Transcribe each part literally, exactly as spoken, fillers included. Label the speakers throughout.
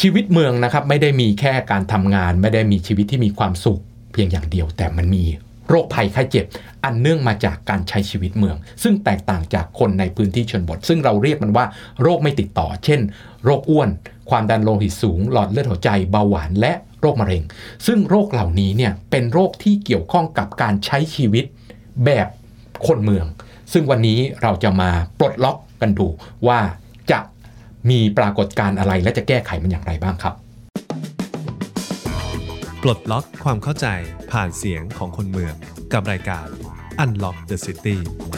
Speaker 1: ชีวิตเมืองนะครับไม่ได้มีแค่การทำงานไม่ได้มีชีวิตที่มีความสุขเพียงอย่างเดียวแต่มันมีโรคภัยไข้เจ็บอันเนื่องมาจากการใช้ชีวิตเมืองซึ่งแตกต่างจากคนในพื้นที่ชนบทซึ่งเราเรียกมันว่าโรคไม่ติดต่อเช่นโรคอ้วนความดันโลหิตสูงหลอดเลือดหัวใจเบาหวานและโรคมะเร็งซึ่งโรคเหล่านี้เนี่ยเป็นโรคที่เกี่ยวข้องกับการใช้ชีวิตแบบคนเมืองซึ่งวันนี้เราจะมาปลดล็อกกันดูว่าจะมีปรากฏการณ์อะไรและจะแก้ไขมันอย่างไรบ้างครับ
Speaker 2: ปลดล็อกความเข้าใจผ่านเสียงของคนเมืองกับรายการ Unlock the City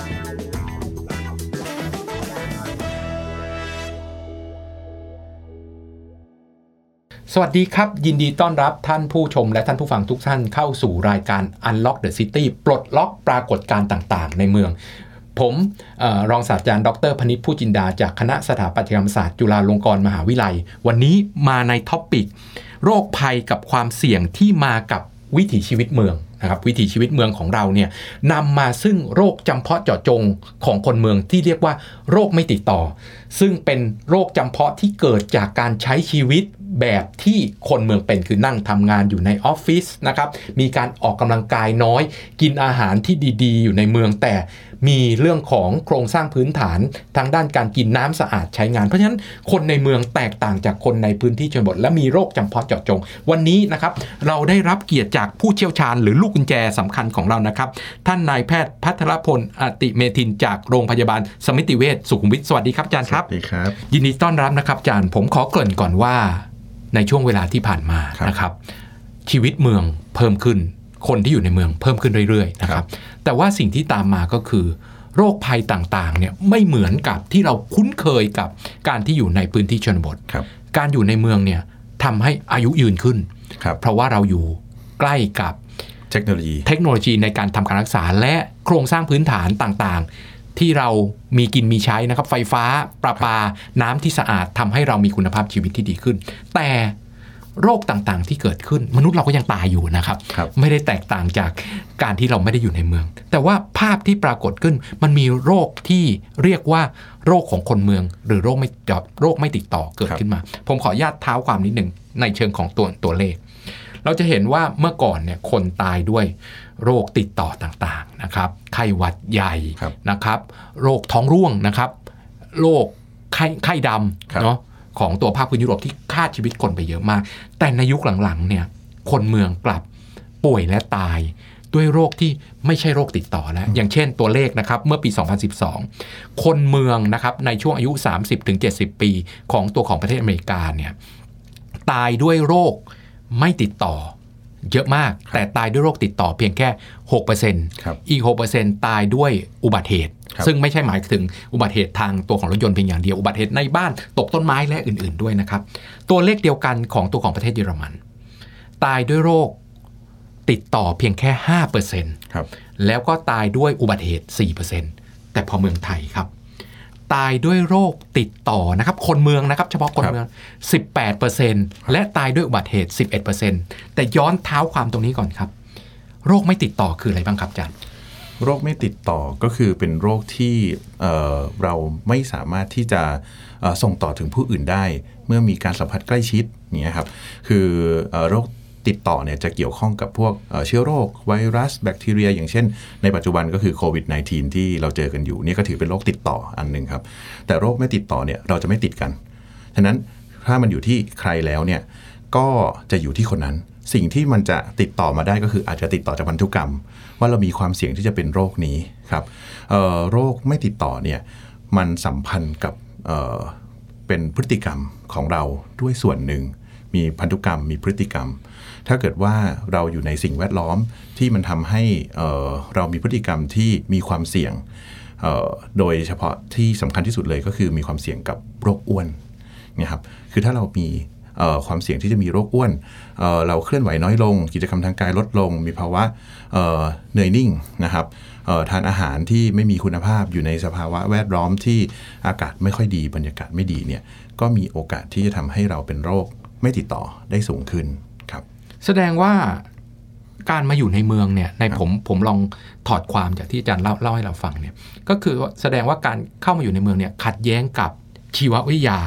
Speaker 1: สวัสดีครับยินดีต้อนรับท่านผู้ชมและท่านผู้ฟังทุกท่านเข้าสู่รายการ Unlock the City ปลดล็อกปรากฏการณ์ต่างๆในเมืองผมเอ่อรองศาสตราจารย์ดรพนิษฐ์ผู้จินดาจากคณะสถาปัตยกรรมศาสตร์จุฬาลงกรณ์มหาวิทยาลัยวันนี้มาในท็อปิกโรคภัยกับความเสี่ยงที่มากับวิถีชีวิตเมืองนะครับวิถีชีวิตเมืองของเราเนี่ยนำมาซึ่งโรคจำเพาะเจาะจงของคนเมืองที่เรียกว่าโรคไม่ติดต่อซึ่งเป็นโรคจำเพาะที่เกิดจากการใช้ชีวิตแบบที่คนเมืองเป็นคือนั่งทำงานอยู่ในออฟฟิศนะครับมีการออกกำลังกายน้อยกินอาหารที่ดีๆอยู่ในเมืองแต่มีเรื่องของโครงสร้างพื้นฐานทางด้านการกินน้ำสะอาดใช้งานเพราะฉะนั้นคนในเมืองแตกต่างจากคนในพื้นที่ชนบทและมีโรคจำเพาะเจาะจงวันนี้นะครับเราได้รับเกียรติจากผู้เชี่ยวชาญหรือลูกกุญแจสำคัญของเรานะครับท่านนายแพทย์ภัทรพลอติเมธินจากโรงพยาบาลสมิติเวชสุขุมวิทสวัสดีครับอาจารย์ครับ
Speaker 3: สวัสดีครับ
Speaker 1: ยินดีต้อนรับนะครับอาจารย์ผมขอเกริ่นก่อนว่าในช่วงเวลาที่ผ่านมานะครับชีวิตเมืองเพิ่มขึ้นคนที่อยู่ในเมืองเพิ่มขึ้นเรื่อยๆนะครับแต่ว่าสิ่งที่ตามมาก็คือโรคภัยต่างๆเนี่ยไม่เหมือนกับที่เราคุ้นเคยกับการที่อยู่ในพื้นที่ชนบทการอยู่ในเมืองเนี่ยทำให้อายุยืนขึ้นเพราะว่าเราอยู่ใกล้กับ
Speaker 3: เทคโนโลยี
Speaker 1: เทคโนโลยีในการทำการรักษาและโครงสร้างพื้นฐานต่างๆที่เรามีกินมีใช้นะครับไฟฟ้าประปาน้ำที่สะอาดทำให้เรามีคุณภาพชีวิตที่ดีขึ้นแต่โรคต่างๆที่เกิดขึ้นมนุษย์เราก็ยังตายอยู่นะครับไม่ได้แตกต่างจากการที่เราไม่ได้อยู่ในเมืองแต่ว่าภาพที่ปรากฏขึ้นมันมีโรคที่เรียกว่าโรคของคนเมืองหรือโรคไม่โรคไม่ติดต่อเกิดขึ้นมาผมขออนุญาตเท้าความนิดหนึ่งในเชิงของตัวตัวเลขเราจะเห็นว่าเมื่อก่อนเนี่ยคนตายด้วยโรคติดต่อต่างๆนะครับไข้หวัดใหญ่นะครับโรคท้องร่วงนะครับโรคไข้ไข้ดำเนาะของตัวภาคพื้นยุโรปที่ฆ่าชีวิตคนไปเยอะมากแต่ในยุคหลังๆเนี่ยคนเมืองกลับป่วยและตายด้วยโรคที่ไม่ใช่โรคติดต่อแล้วอย่างเช่นตัวเลขนะครับเมื่อปีสองพันสิบสองคนเมืองนะครับในช่วงอายุ สามสิบถึงเจ็ดสิบ ปีของตัวของประเทศอเมริกาเนี่ยตายด้วยโรคไม่ติดต่อเยอะมากแต่ตายด้วยโรคติดต่อเพียงแค่ หกเปอร์เซ็นต์ อีก หกเปอร์เซ็นต์ ตายด้วยอุบัติเหตุซึ่งไม่ใช่หมายถึงอุบัติเหตุทางตัวของรถยนต์เพียงอย่างเดียวอุบัติเหตุในบ้านตกต้นไม้และอื่นๆด้วยนะครับตัวเลขเดียวกันของตัวของประเทศเยอรมันตายด้วยโรคติดต่อเพียงแค่ ห้าเปอร์เซ็นต์
Speaker 3: ครับแล้ว
Speaker 1: ก็ตายด้วยอุบัติเหตุ สี่เปอร์เซ็นต์ แต่พอเมืองไทยครับตายด้วยโรคติดต่อนะครับคนเมืองนะครับเฉพาะคนเมือง สิบแปดเปอร์เซ็นต์ และตายด้วยอุบัติเหตุ สิบเอ็ดเปอร์เซ็นต์ แต่ย้อนเท้าความตรงนี้ก่อนครับโรคไม่ติดต่อคืออะไรบ้างครับอาจารย์
Speaker 3: โรคไม่ติดต่อก็คือเป็นโรคที่เอ่อเราไม่สามารถที่จะเอ่อส่งต่อถึงผู้อื่นได้เมื่อมีการสัมผัสใกล้ชิดอย่างเงี้ยครับคือเอ่อโรคติดต่อเนี่ยจะเกี่ยวข้องกับพวกเอ่อเชื้อโรคไวรัสแบคทีเรียอย่างเช่นในปัจจุบันก็คือโควิด สิบเก้า ที่เราเจอกันอยู่นี่ก็ถือเป็นโรคติดต่ออันนึงครับแต่โรคไม่ติดต่อเนี่ยเราจะไม่ติดกันฉะนั้นถ้ามันอยู่ที่ใครแล้วเนี่ยก็จะอยู่ที่คนนั้นสิ่งที่มันจะติดต่อมาได้ก็คืออาจจะติดต่อจากพันธุกรรมว่าเรามีความเสี่ยงที่จะเป็นโรคนี้ครับเอ่อโรคไม่ติดต่อเนี่ยมันสัมพันธ์กับเอ่อเป็นพฤติกรรมของเราด้วยส่วนหนึ่งมีพันธุกรรมมีพฤติกรรมถ้าเกิดว่าเราอยู่ในสิ่งแวดล้อมที่มันทำให้เอ่อเรามีพฤติกรรมที่มีความเสี่ยงเอ่อโดยเฉพาะที่สำคัญที่สุดเลยก็คือมีความเสี่ยงกับโรคอ้วนเนี่ยครับคือถ้าเรามีความเสี่ยงที่จะมีโรคอ้วน เอ่อ เราเคลื่อนไหวน้อยลงกิจกรรมทางกายลดลงมีภาวะเอ่อเหนื่อยนิ่งนะครับทานอาหารที่ไม่มีคุณภาพอยู่ในสภาวะแวดล้อมที่อากาศไม่ค่อยดีบรรยากาศไม่ดีเนี่ยก็มีโอกาสที่จะทำให้เราเป็นโรคไม่ติดต่อได้สูงขึ้นครับ
Speaker 1: แสดงว่าการมาอยู่ในเมืองเนี่ยในผมผมลองถอดความจากที่อาจารย์เล่าเล่าให้เราฟังเนี่ยก็คือแสดงว่าการเข้ามาอยู่ในเมืองเนี่ยขัดแย้งกับชีววิทยา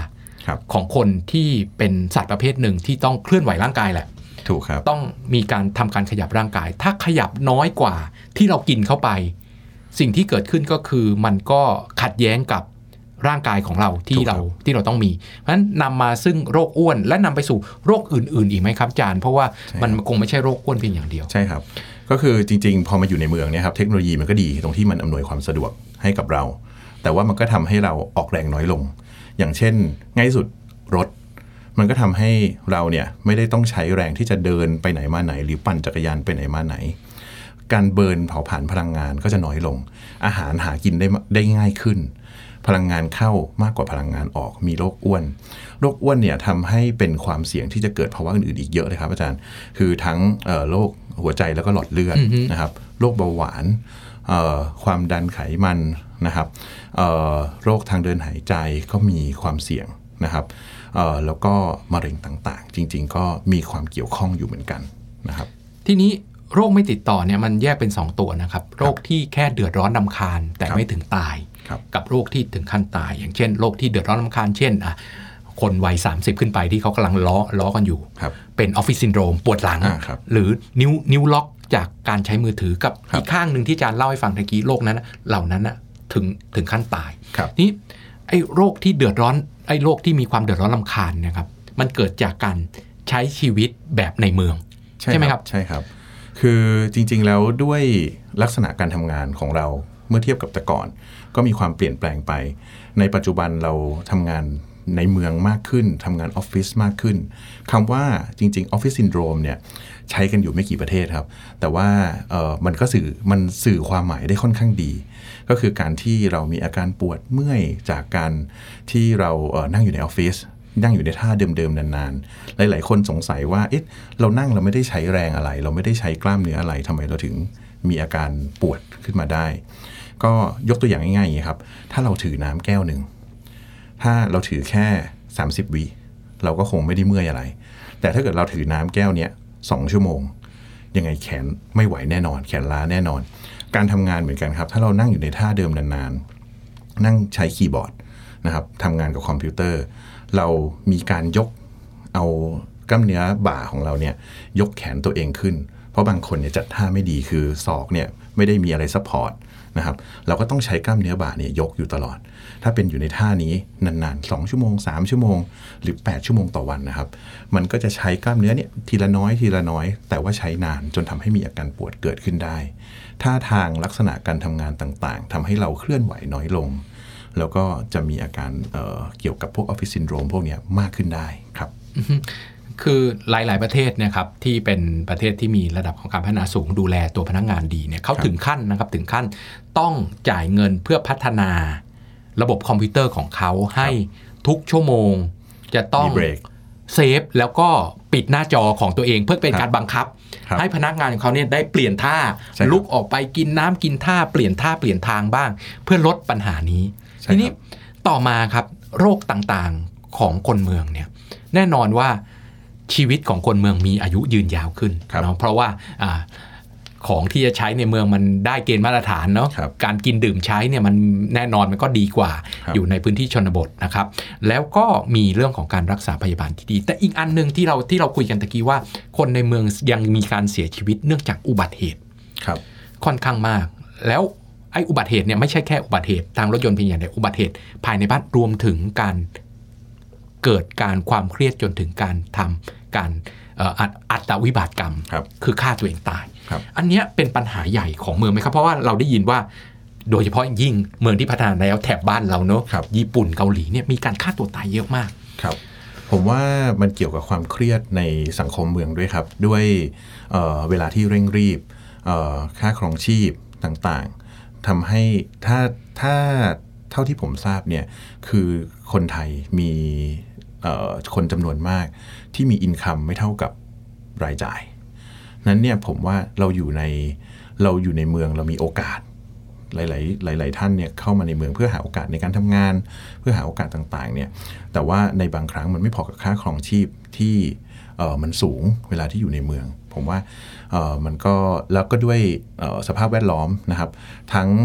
Speaker 1: ของคนที่เป็นสัตว์ประเภทหนึ่งที่ต้องเคลื่อนไหวร่างกายแหละ
Speaker 3: ถูกครับ
Speaker 1: ต้องมีการทำการขยับร่างกายถ้าขยับน้อยกว่าที่เรากินเข้าไปสิ่งที่เกิดขึ้นก็คือมันก็ขัดแย้งกับร่างกายของเราที่เราที่เราต้องมีเพราะฉะนั้นนำมาซึ่งโรคอ้วนและนำไปสู่โรคอื่นๆอีกไหมครับอาจารย์เพราะว่ามันคงไม่ใช่โรคอ้วนเพียงอย่างเดียว
Speaker 3: ใช่ครับก็คือจริงๆพอมาอยู่ในเมืองเนี่ยครับเทคโนโลยีมันก็ดีตรงที่มันอำนวยความสะดวกให้กับเราแต่ว่ามันก็ทำให้เราออกแรงน้อยลงอย่างเช่นง่ายที่สุดรถมันก็ทำให้เราเนี่ยไม่ได้ต้องใช้แรงที่จะเดินไปไหนมาไหนหรือปั่นจักรยานไปไหนมาไหนการเบิร์นเผาผลาญพลังงานก็จะน้อยลงอาหารหากินได้ได้ง่ายขึ้นพลังงานเข้ามากกว่าพลังงานออกมีโรคอ้วนโรคอ้วนเนี่ยทำให้เป็นความเสี่ยงที่จะเกิดภาวะอื่นๆอีกเยอะเลยครับอาจารย์คือทั้งโรคหัวใจแล้วก็หลอดเลือด mm-hmm. นะครับโรคเบาหวานความดันไขมันนะครับโรคทางเดินหายใจก็มีความเสี่ยงนะครับแล้วก็มะเร็งต่างๆจริงๆก็มีความเกี่ยวข้องอยู่เหมือนกันนะครับ
Speaker 1: ทีนี้โรคไม่ติดต่อเนี่ยมันแยกเป็นสองตัวนะครับโรคที่แค่เดือดร้อนรำคาญแต่ไม่ถึงตายกับโรคที่ถึงขั้นตายอย่างเช่นโรคที่เดือดร้อนรำคาญเช่นอ่ะคนวัยสามสิบขึ้นไปที่เขากำลังล้อล้อกันอยู่เป็นออฟฟิศซินโดรมปวดหลังหรือนิ้วนิ้วล็อกจากการใช้มือถือกับอีกข้างหนึ่งที่อาจารย์เล่าให้ฟังตะกี้โรคนั้นเหล่านั้นถึงถึงขั้นตายนี่ไอ้โรคที่เดือดร้อนไอ้โรคที่มีความเดือดร้อนรำคาญนะครับมันเกิดจากการใช้ชีวิตแบบในเมืองใช่ไหมครับ
Speaker 3: ใช่ครับคือจริงๆแล้วด้วยลักษณะการทำงานของเราเมื่อเทียบกับแต่ก่อนก็มีความเปลี่ยนแปลงไปในปัจจุบันเราทำงานในเมืองมากขึ้นทำงานออฟฟิศมากขึ้นคำว่าจริงๆออฟฟิศซินโดรมเนี่ยใช้กันอยู่ไม่กี่ประเทศครับแต่ว่าเอ่อมันก็สื่อมันสื่อความหมายได้ค่อนข้างดีก็คือการที่เรามีอาการปวดเมื่อยจากการที่เราเอ่อนั่งอยู่ในออฟฟิศนั่งอยู่ในท่าเดิมๆนานๆหลายๆคนสงสัยว่าเอ๊ะเรานั่งเราไม่ได้ใช้แรงอะไรเราไม่ได้ใช้กล้ามเนื้ออะไรทำไมเราถึงมีอาการปวดขึ้นมาได้ก็ยกตัวอย่างง่ายๆอย่างนี้ครับถ้าเราถือน้ำแก้วหนึ่งถ้าเราถือแค่สามสิบวิเราก็คงไม่ได้เมื่อยอะไรแต่ถ้าเกิดเราถือน้ำแก้วเนี้ยสองชั่วโมงยังไงแขนไม่ไหวแน่นอนแขนล้าแน่นอนการทำงานเหมือนกันครับถ้าเรานั่งอยู่ในท่าเดิมนานๆนั่งใช้คีย์บอร์ดนะครับทำงานกับคอมพิวเตอร์เรามีการยกเอากล้ามเนื้อบ่าของเราเนี่ยยกแขนตัวเองขึ้นเพราะบางคนเนี่ยจัดท่าไม่ดีคือศอกเนี่ยไม่ได้มีอะไรซัพพอร์ตนะครับเราก็ต้องใช้กล้ามเนื้อบ่าเนี่ยยกอยู่ตลอดถ้าเป็นอยู่ในท่านี้นานๆสองชั่วโมงสามชั่วโมงหรือแปดชั่วโมงต่อวันนะครับมันก็จะใช้กล้ามเนื้อเนี่ยทีละน้อยทีละน้อยแต่ว่าใช้นานจนทำให้มีอาการปวดเกิดขึ้นได้ท่าทางลักษณะการทำงานต่างๆทำให้เราเคลื่อนไหวน้อยลงแล้วก็จะมีอาการเอ่อเกี่ยวกับพวกออฟฟิศซินโดรมพวกนี้มากขึ้นได้ครับ
Speaker 1: คือหลายๆประเทศนะครับที่เป็นประเทศที่มีระดับของการพัฒนาสูงดูแลตัวพนักงานดีเนี่ยเขาถึงขั้นนะครับถึงขั้นต้องจ่ายเงินเพื่อพัฒนาระบบคอมพิวเตอร์ของเขาให้ทุกชั่วโมงจะต้องเซฟแล้วก็ปิดหน้าจอของตัวเองเพื่อเป็นการบังคับให้พนักงานของเขาเนี่ยได้เปลี่ยนท่าลุกออกไปกินน้ำกินท่าเปลี่ยนท่าเปลี่ยนทางบ้างเพื่อลดปัญหานี้ทีนี้ต่อมาครับโรคต่างๆของคนเมืองเนี่ยแน่นอนว่าชีวิตของคนเมืองมีอายุยืนยาวขึ้นเนาะเพราะว่าอ่าของที่จะใช้ในเมืองมันได้เกณฑ์มาตรฐานเนาะการกินดื่มใช้เนี่ยมันแน่นอนมันก็ดีกว่าอยู่ในพื้นที่ชนบทนะครับแล้วก็มีเรื่องของการรักษาพยาบาลที่ดีแต่อีกอันนึงที่เราที่เราคุยกันตะกี้ว่าคนในเมืองยังมีการเสียชีวิตเนื่องจากอุบัติเหตุค่อนข้างมากแล้วไอ้อุบัติเหตุเนี่ยไม่ใช่แค่อุบัติเหตุทางรถยนต์เพียงอย่างเดียวอุบัติเหตุภายในบ้านรวมถึงการเกิดการความเครียดจนถึงการทำการอัตวิบากกรรม ค, คือฆ่าตัวเองตายอันนี้เป็นปัญหาใหญ่ของเมืองไหมครับเพราะว่าเราได้ยินว่าโดยเฉพาะยิ่งเมืองที่พัฒนาแล้วแถบบ้านเราเนอะญี่ปุ่นเกาหลีเนี่ยมีการฆ่าตัวตายเยอะมาก
Speaker 3: ครับผมว่ามันเกี่ยวกับความเครียดในสังคมเมืองด้วยครับด้วย เ, เวลาที่เร่งรีบค่าครองชีพต่างๆทำให้ถ้าถ้าเท่าที่ผมทราบเนี่ยคือคนไทยมีคนจำนวนมากที่มีอินคัมไม่เท่ากับรายจ่ายนั้นเนี่ยผมว่าเราอยู่ในเราอยู่ในเมืองเรามีโอกาสหลายๆหลายๆท่านเนี่ยเข้ามาในเมืองเพื่อหาโอกาสในการทำงานเพื่อหาโอกาสต่างๆเนี่ยแต่ว่าในบางครั้งมันไม่พอกับค่าครองชีพที่เอ่อมันสูงเวลาที่อยู่ในเมืองผมว่าเอ่อมันก็แล้วก็ด้วยเอ่อสภาพแวดล้อมนะครับทั้ง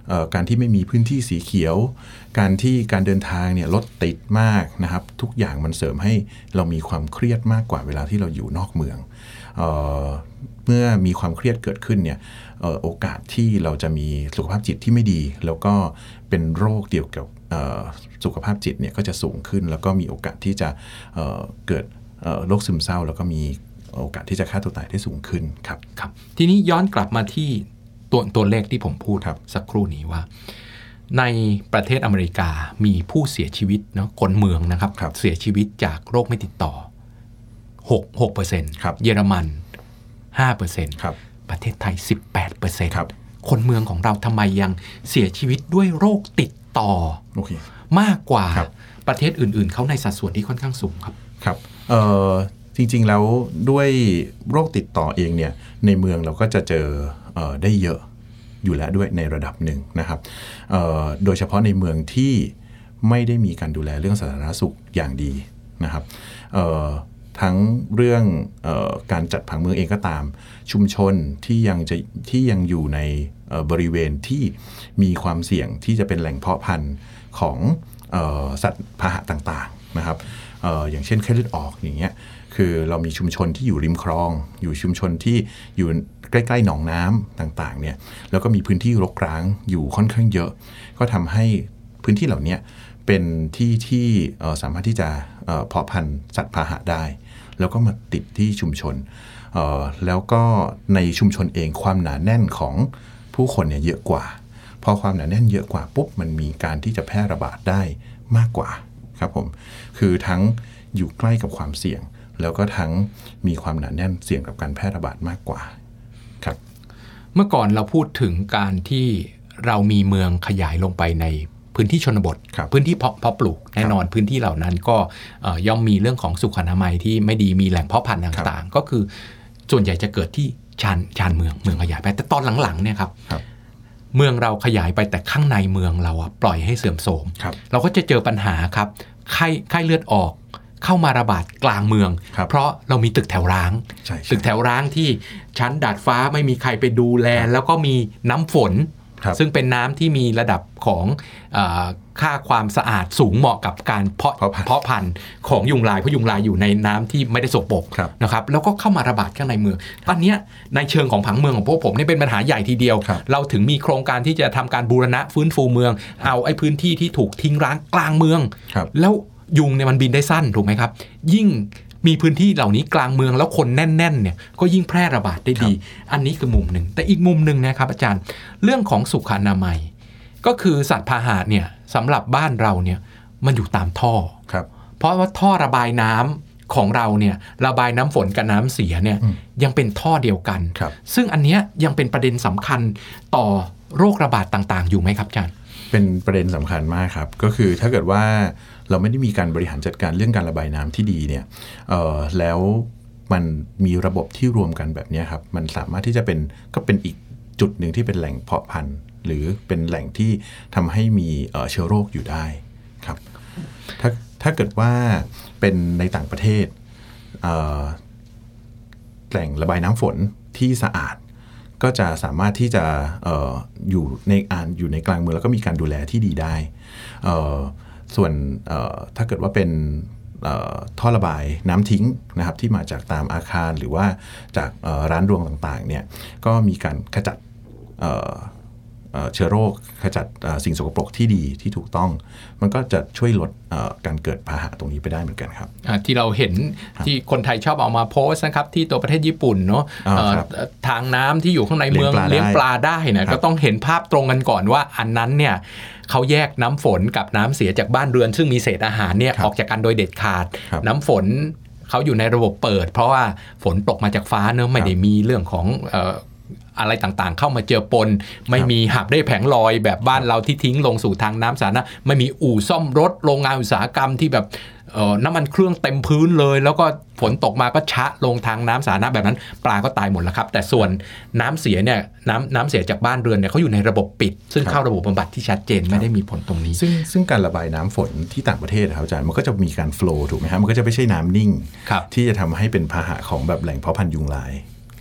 Speaker 3: การที่ไม่มีพื้นที่สีเขียวการที่การเดินทางเนี่ยรถติดมากนะครับทุกอย่างมันเสริมให้เรามีความเครียดมากกว่าเวลาที่เราอยู่นอกเมืองเอ่อเมื่อมีความเครียดเกิดขึ้นเนี่ยเอ่อโอกาสที่เราจะมีสุขภาพจิตที่ไม่ดีแล้วก็เป็นโรคเกี่ยวกับเอ่อสุขภาพจิตเนี่ยก็จะสูงขึ้นแล้วก็มีโอกาสที่จะเอ่อเกิดเอ่อโรคซึมเศร้าแล้วก็มีโอกาสที่จะฆ่าตัวตายได้สูงขึ้นครับ
Speaker 1: ครับทีนี้ย้อนกลับมาที่ตัวตัวเลขที่ผมพูดสักครู่นี้ว่าในประเทศอเมริกามีผู้เสียชีวิตเนาะคนเมืองนะครับเสียชีวิตจากโรคไม่ติดต่อหก หกเปอร์เซ็นต์ เยอรมัน ห้าเปอร์เซ็นต์ ประเทศไทย สิบแปดเปอร์เซ็นต์ คนเมืองของเราทำไมยังเสียชีวิตด้วยโรคติดต่อ
Speaker 3: okay.
Speaker 1: มากกว่าประเทศอื่นๆเขาในสัดส่วนที่ค่อนข้างสูงครับ
Speaker 3: ครับเอ่อจริงๆแล้วด้วยโรคติดต่อเองเนี่ยในเมืองเราก็จะเจอเอ่อได้เยอะอยู่แล้วด้วยในระดับหนึ่งนะครับเอ่อโดยเฉพาะในเมืองที่ไม่ได้มีการดูแลเรื่องสาธารณสุขอย่างดีนะครับเอ่อทั้งเรื่องเอ่อการจัดผังเมืองเองก็ตามชุมชนที่ยังจะที่ยังอยู่ในบริเวณที่มีความเสี่ยงที่จะเป็นแหล่งเพาะพันธุ์ของเอ่อสัตว์พาหะต่างๆนะครับเอ่ออย่างเช่นไข้เลือดออกอย่างเงี้ยคือเรามีชุมชนที่อยู่ริมคลองอยู่ชุมชนที่อยู่ใกล้ๆหนองน้ำต่างๆเนี่ยแล้วก็มีพื้นที่รกร้างอยู่ค่อนข้างเยอะก็ทำให้พื้นที่เหล่านี้เป็นที่ที่สามารถที่จะเพาะพันธุ์สัตว์พาหะได้แล้วก็มาติดที่ชุมชนแล้วก็ในชุมชนเองความหนาแน่นของผู้คนเนี่ยเยอะกว่าพอความหนาแน่นเยอะกว่าปุ๊บมันมีการที่จะแพร่ระบาดได้มากกว่าครับผมคือทั้งอยู่ใกล้กับความเสี่ยงแล้วก็ทั้งมีความหนาแน่นเสี่ยงกับการแพร่ระบาดมากกว่าครับ
Speaker 1: เมื่อก่อนเราพูดถึงการที่เรามีเมืองขยายลงไปในพื้นที่ชนบทพื้นที่เพาะเพาะปลูกแน่นอนพื้นที่เหล่านั้นก็ย่อมมีเรื่องของสุขอนามัยที่ไม่ดีมีแหล่งเพาะพันธุ์ต่างๆก็คือส่วนใหญ่จะเกิดที่ชานชานเมืองเมืองขยายไปแต่ตอนหลังๆเนี่ยครับเมืองเราขยายไปแต่ข้างในเมืองเราปล่อยให้เสื่อมโทรมเราก็จะเจอปัญหาครับไข้ไข้เลือดออกเข้ามาระบาดกลางเมืองเพราะเรามีตึกแถวร้างตึกแถวร้างที่ชั้นดาดฟ้าไม่มีใครไปดูแลแล้วก็มีน้ำฝนซึ่งเป็นน้ำที่มีระดับของเอ่อค่าความสะอาดสูงเหมาะกับการเพาะเพาะพันธุ์ของยุงลายเพราะยุงลายอยู่ในน้ำที่ไม่ได้สกปรกนะครับแล้วก็เข้ามาระบาดข้างในเมืองตอนนี้ในเชิงของผังเมืองของพวกผมนี่เป็นปัญหาใหญ่ทีเดียวเราถึงมีโครงการที่จะทำการบูรณะฟื้นฟูเมืองเอาไอ้พื้นที่ที่ถูกทิ้งร้างกลางเมืองแล้วยุงเนี่ยมันบินได้สั้นถูกไหมครับยิ่งมีพื้นที่เหล่านี้กลางเมืองแล้วคนแน่นๆเนี่ยก็ยิ่งแพร่ระบาดได้ดีอันนี้คือมุมหนึ่งแต่อีกมุมหนึ่งนะครับอาจารย์เรื่องของสุขอนามัยก็คือสัตว์พาหะเนี่ยสำหรับบ้านเราเนี่ยมันอยู่ตามท่อเพราะว่าท่อระบายน้ำของเราเนี่ยระบายน้ำฝนกับน้ำเสียเนี่ยยังเป็นท่อเดียวกันซึ่งอันเนี้ยยังเป็นประเด็นสำคัญต่อโรคระบาดต่างๆอยู่ไหมครับอาจารย์
Speaker 3: เป็นประเด็นสำคัญมากครับก็คือถ้าเกิดว่าเราไม่ได้มีการบริหารจัดการเรื่องการระบายน้ำที่ดีเนี่ยเอ่อแล้วมันมีระบบที่รวมกันแบบนี้ครับมันสามารถที่จะเป็นก็เป็นอีกจุดหนึ่งที่เป็นแหล่งเพาะพันธุ์หรือเป็นแหล่งที่ทำให้มีเอ่อเชื้อโรคอยู่ได้ครับถ้าถ้าเกิดว่าเป็นในต่างประเทศเอ่อแหล่งระบายน้ำฝนที่สะอาดก็จะสามารถที่จะ อ, ออยู่ในอ่านอยู่ในกลางเมืองแล้วก็มีการดูแลที่ดีได้ส่วนถ้าเกิดว่าเป็นท่อระบายน้ำทิ้งนะครับที่มาจากตามอาคารหรือว่าจากร้านรวงต่างๆเนี่ยก็มีการขจัดเชื้อโรคขจัดสิ่งสกปรกที่ดีที่ถูกต้องมันก็จะช่วยลดการเกิดพาหะตรงนี้ไปได้เหมือนกันครับ
Speaker 1: ที่เราเห็นที่คนไทยชอบเอามาโพสต์นะครับที่ตัวประเทศญี่ปุ่นเนาะทางน้ำที่อยู่ข้างในเมืองเลี้ยงปลาได้นะก็ต้องเห็นภาพตรงกันก่อนว่าอันนั้นเนี่ยเขาแยกน้ำฝนกับน้ำเสียจากบ้านเรือนซึ่งมีเศษอาหารเนี่ยออกจากกันโดยเด็ดขาดน้ำฝนเขาอยู่ในระบบเปิดเพราะว่าฝนตกมาจากฟ้าเนอะไม่ได้มีเรื่องของอะไรต่างๆเข้ามาเจือปนไม่มีหาบเร่แผงลอยแบบบ้านเราที่ทิ้งลงสู่ทางน้ำสาธารณะไม่มีอู่ซ่อมรถโรงงานอุตสาหกรรมที่แบบน้ำมันเครื่องเต็มพื้นเลยแล้วก็ฝนตกมาก็ชะลงทางน้ำสาธารณะแบบนั้นปลาก็ตายหมดแล้วครับแต่ส่วนน้ำเสียเนี่ยน้ำน้ำเสียจากบ้านเรือนเนี่ยเขาอยู่ในระบบปิดซึ่งเข้าระบบบำบัดที่ชัดเจนไม่ได้มีผลตรงนี้
Speaker 3: ซึ่งซึ่งการระบายน้ำฝนที่ต่างประเทศครับอาจารย์มันก็จะมีการโฟลว์ถูกไหมครับมันก็จะไม่ใช่น้ำนิ่งที่จะทำให้เป็นพาหะของแบบแหล่งเพาะพันธุ์ยุงลาย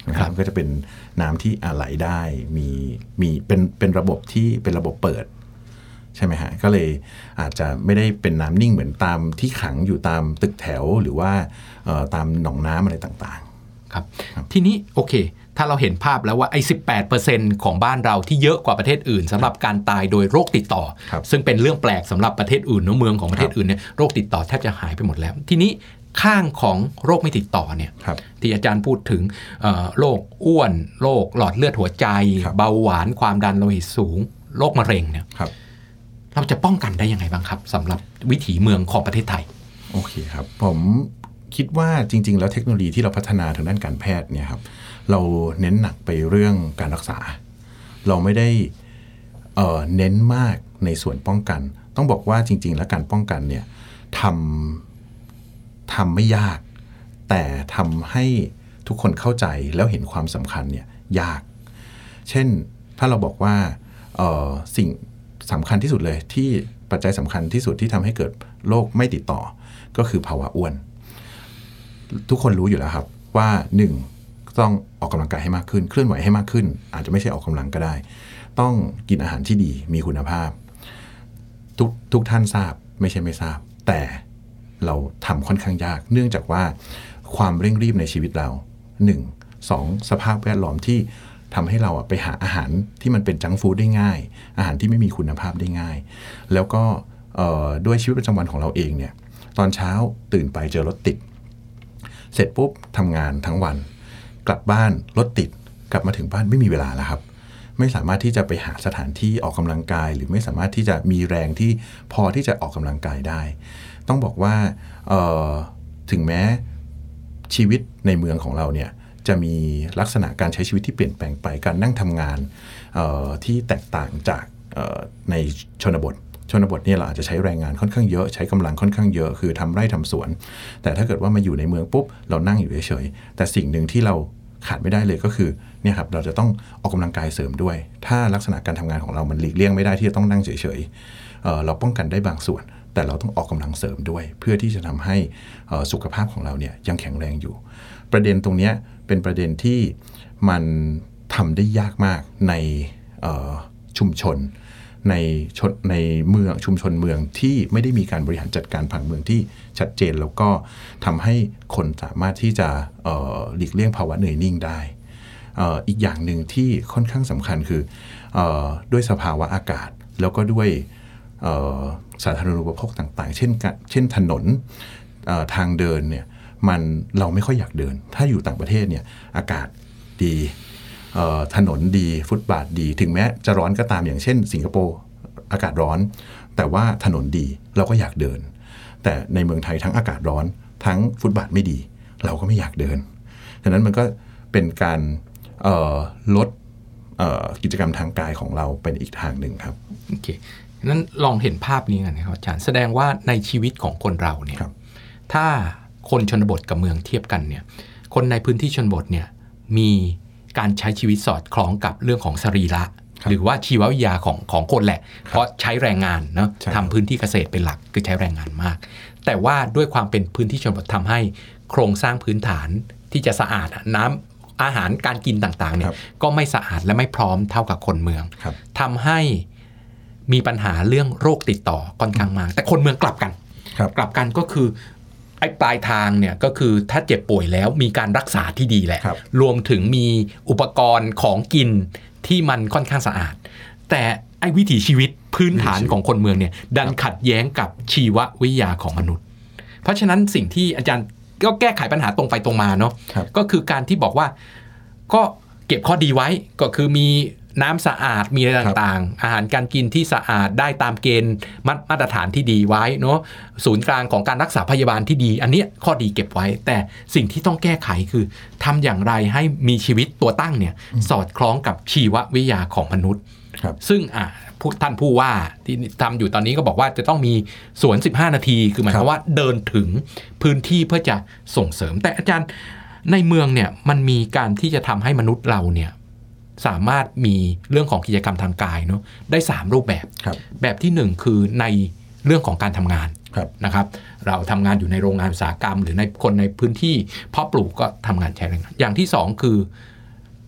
Speaker 3: นะครับก็จะเป็นน้ำที่ไหลได้มีมีเป็นเป็นระบบที่เป็นระบบเปิดใช่ไหมฮะก็เลยอาจจะไม่ได้เป็นน้ำนิ่งเหมือนตามที่ขังอยู่ตามตึกแถวหรือว่าตามหนองน้ำอะไรต่างๆ
Speaker 1: ครับทีนี้โอเคถ้าเราเห็นภาพแล้วว่าไอ้ สิบแปดเปอร์เซ็นต์ ของบ้านเราที่เยอะกว่าประเทศอื่นสำหรับการตายโดยโรคติดต่อซึ่งเป็นเรื่องแปลกสำหรับประเทศอื่นเนาะเมืองของประเทศอื่นเนี่ยโรคติดต่อแทบจะหายไปหมดแล้วทีนี้ข้างของโรคไม่ติดต่อเนี่ยที่อาจารย์พูดถึงโรคอ้วนโรคหลอดเลือดหัวใจเบาหวานความดันโลหิตสูงโรคมะเร็งเนี่ยเราจะป้องกันได้ยังไงบ้างครับสำหรับวิถีเมืองของประเทศไทย
Speaker 3: โอเคครับผมคิดว่าจริงๆแล้วเทคโนโลยีที่เราพัฒนาทางด้านการแพทย์เนี่ยครับเราเน้นหนักไปเรื่องการรักษาเราไม่ได้เอ่อเน้นมากในส่วนป้องกันต้องบอกว่าจริงๆแล้วการป้องกันเนี่ยทำทำไม่ยากแต่ทำให้ทุกคนเข้าใจแล้วเห็นความสำคัญเนี่ยยากเช่นถ้าเราบอกว่าเอ่อสิ่งสำคัญที่สุดเลยที่ปัจจัยสำคัญที่สุดที่ทำให้เกิดโรคไม่ติดต่อก็คือภาวะอ้วนทุกคนรู้อยู่แล้วครับว่าหนึ่งต้องออกกำลังกายให้มากขึ้นเคลื่อนไหวให้มากขึ้นอาจจะไม่ใช่ออกกำลังก็ได้ต้องกินอาหารที่ดีมีคุณภาพทุกทุกท่านทราบไม่ใช่ไม่ทราบแต่เราทำค่อนข้างยากเนื่องจากว่าความเร่งรีบในชีวิตเราหนึ่ง สองสภาพแวดล้อมที่ทำให้เราไปหาอาหารที่มันเป็นจังก์ฟู้ดได้ง่ายอาหารที่ไม่มีคุณภาพได้ง่ายแล้วก็ด้วยชีวิตประจำวันของเราเองเนี่ยตอนเช้าตื่นไปเจอรถติดเสร็จปุ๊บทำงานทั้งวันกลับบ้านรถติดกลับมาถึงบ้านไม่มีเวลาแล้วครับไม่สามารถที่จะไปหาสถานที่ออกกำลังกายหรือไม่สามารถที่จะมีแรงที่พอที่จะออกกำลังกายได้ต้องบอกว่าถึงแม้ชีวิตในเมืองของเราเนี่ยจะมีลักษณะการใช้ชีวิตที่เปลี่ยนแปลงไปการนั่งทำงานที่แตกต่างจากในชนบทชนบทเนี่ยเราอาจจะใช้แรงงานค่อนข้างเยอะใช้กำลังค่อนข้างเยอะคือทำไร่ทำสวนแต่ถ้าเกิดว่ามาอยู่ในเมืองปุ๊บเรานั่งอยู่เฉยๆแต่สิ่งหนึ่งที่เราขาดไม่ได้เลยก็คือเนี่ยครับเราจะต้องออกกำลังกายเสริมด้วยถ้าลักษณะการทำงานของเรามันหลีกเลี่ยงไม่ได้ที่จะต้องนั่งเฉยๆ เอ่อ เราป้องกันได้บางส่วนแต่เราต้องออกกำลังเสริมด้วยเพื่อที่จะทำให้สุขภาพของเราเนี่ยยังแข็งแรงอยู่ประเด็นตรงนี้เป็นประเด็นที่มันทำได้ยากมากในชุมชนในชนในเมืองชุมชนเมืองที่ไม่ได้มีการบริหารจัดการผังเมืองที่ชัดเจนแล้วก็ทำให้คนสามารถที่จะหลีกเลี่ยงภาวะเหนื่อยนิ่งได้อีกอย่างหนึ่งที่ค่อนข้างสำคัญคือด้วยสภาวะอากาศแล้วก็ด้วยสาธารณูปโภคต่างๆเช่นเช่นถนนทางเดินเนี่ยมันเราไม่ค่อยอยากเดินถ้าอยู่ต่างประเทศเนี่ยอากาศดีถนนดีฟุตบาทดีถึงแม้จะร้อนก็ตามอย่างเช่นสิงคโปร์อากาศร้อนแต่ว่าถนนดีเราก็อยากเดินแต่ในเมืองไทยทั้งอากาศร้อนทั้งฟุตบาทไม่ดีเราก็ไม่อยากเดินฉะนั้นมันก็เป็นการลดกิจกรรมทางกายของเราเป็นอีกทางหนึ่งครับ
Speaker 1: โอเคนั้นลองเห็นภาพนี้กันนะครับอาจารย์แสดงว่าในชีวิตของคนเราเนี่ยถ้าคนชนบทกับเมืองเทียบกันเนี่ยคนในพื้นที่ชนบทเนี่ยมีการใช้ชีวิตสอดคล้องกับเรื่องของสรีระหรือว่าชีววิทยาของของคนแหละเพราะใช้แรงงานเนาะทำพื้นที่เกษตรเป็นหลักคือใช้แรงงานมากแต่ว่าด้วยความเป็นพื้นที่ชนบททำให้โครงสร้างพื้นฐานที่จะสะอาดน้ำอาหารการกินต่างๆเนี่ยก็ไม่สะอาดและไม่พร้อมเท่ากับคนเมืองทำให้มีปัญหาเรื่องโรคติดต่อค่อนข้างมากแต่คนเมืองกลับกันกลับกันก็คือไอ้ปลายทางเนี่ยก็คือถ้าเจ็บป่วยแล้วมีการรักษาที่ดีแหละ ร, รวมถึงมีอุปกรณ์ของกินที่มันค่อนข้างสะอาดแต่ไอ้วิถีชีวิตพื้นฐานของคนเมืองเนี่ยดันขัดแย้งกับชีววิทยาของมนุษย์เพราะฉะนั้นสิ่งที่อาจารย์ก็แก้ไขปัญหาตรงไปตรงมาเนาะก็คือการที่บอกว่าก็เก็บข้อดีไว้ก็คือมีน้ำสะอาดมีอะไรต่างๆอาหารการกินที่สะอาดได้ตามเกณฑ์มาตรฐานที่ดีไว้เนาะศูนย์กลางของการรักษาพยาบาลที่ดีอันนี้ข้อดีเก็บไว้แต่สิ่งที่ต้องแก้ไขคือทำอย่างไรให้มีชีวิตตัวตั้งเนี่ยสอดคล้องกับชีววิทยาของมนุษย์ซึ่งอ่ะท่านผู้ว่าที่ทำอยู่ตอนนี้ก็บอกว่าจะต้องมีสวนสิบห้านาทีคือหมายความว่าเดินถึงพื้นที่เพื่อจะส่งเสริมแต่อาจารย์ในเมืองเนี่ยมันมีการที่จะทำให้มนุษย์เราเนี่ยสามารถมีเรื่องของกิจกรรมทางกายเนาะได้สามรูปแบบแบบที่หนึ่งคือในเรื่องของการทำงานนะครับเราทำงานอยู่ในโรงงานอุตสาหกรรมหรือในคนในพื้นที่เพาะปลูกก็ทำงานใช้แรงงานอย่างที่สองคือ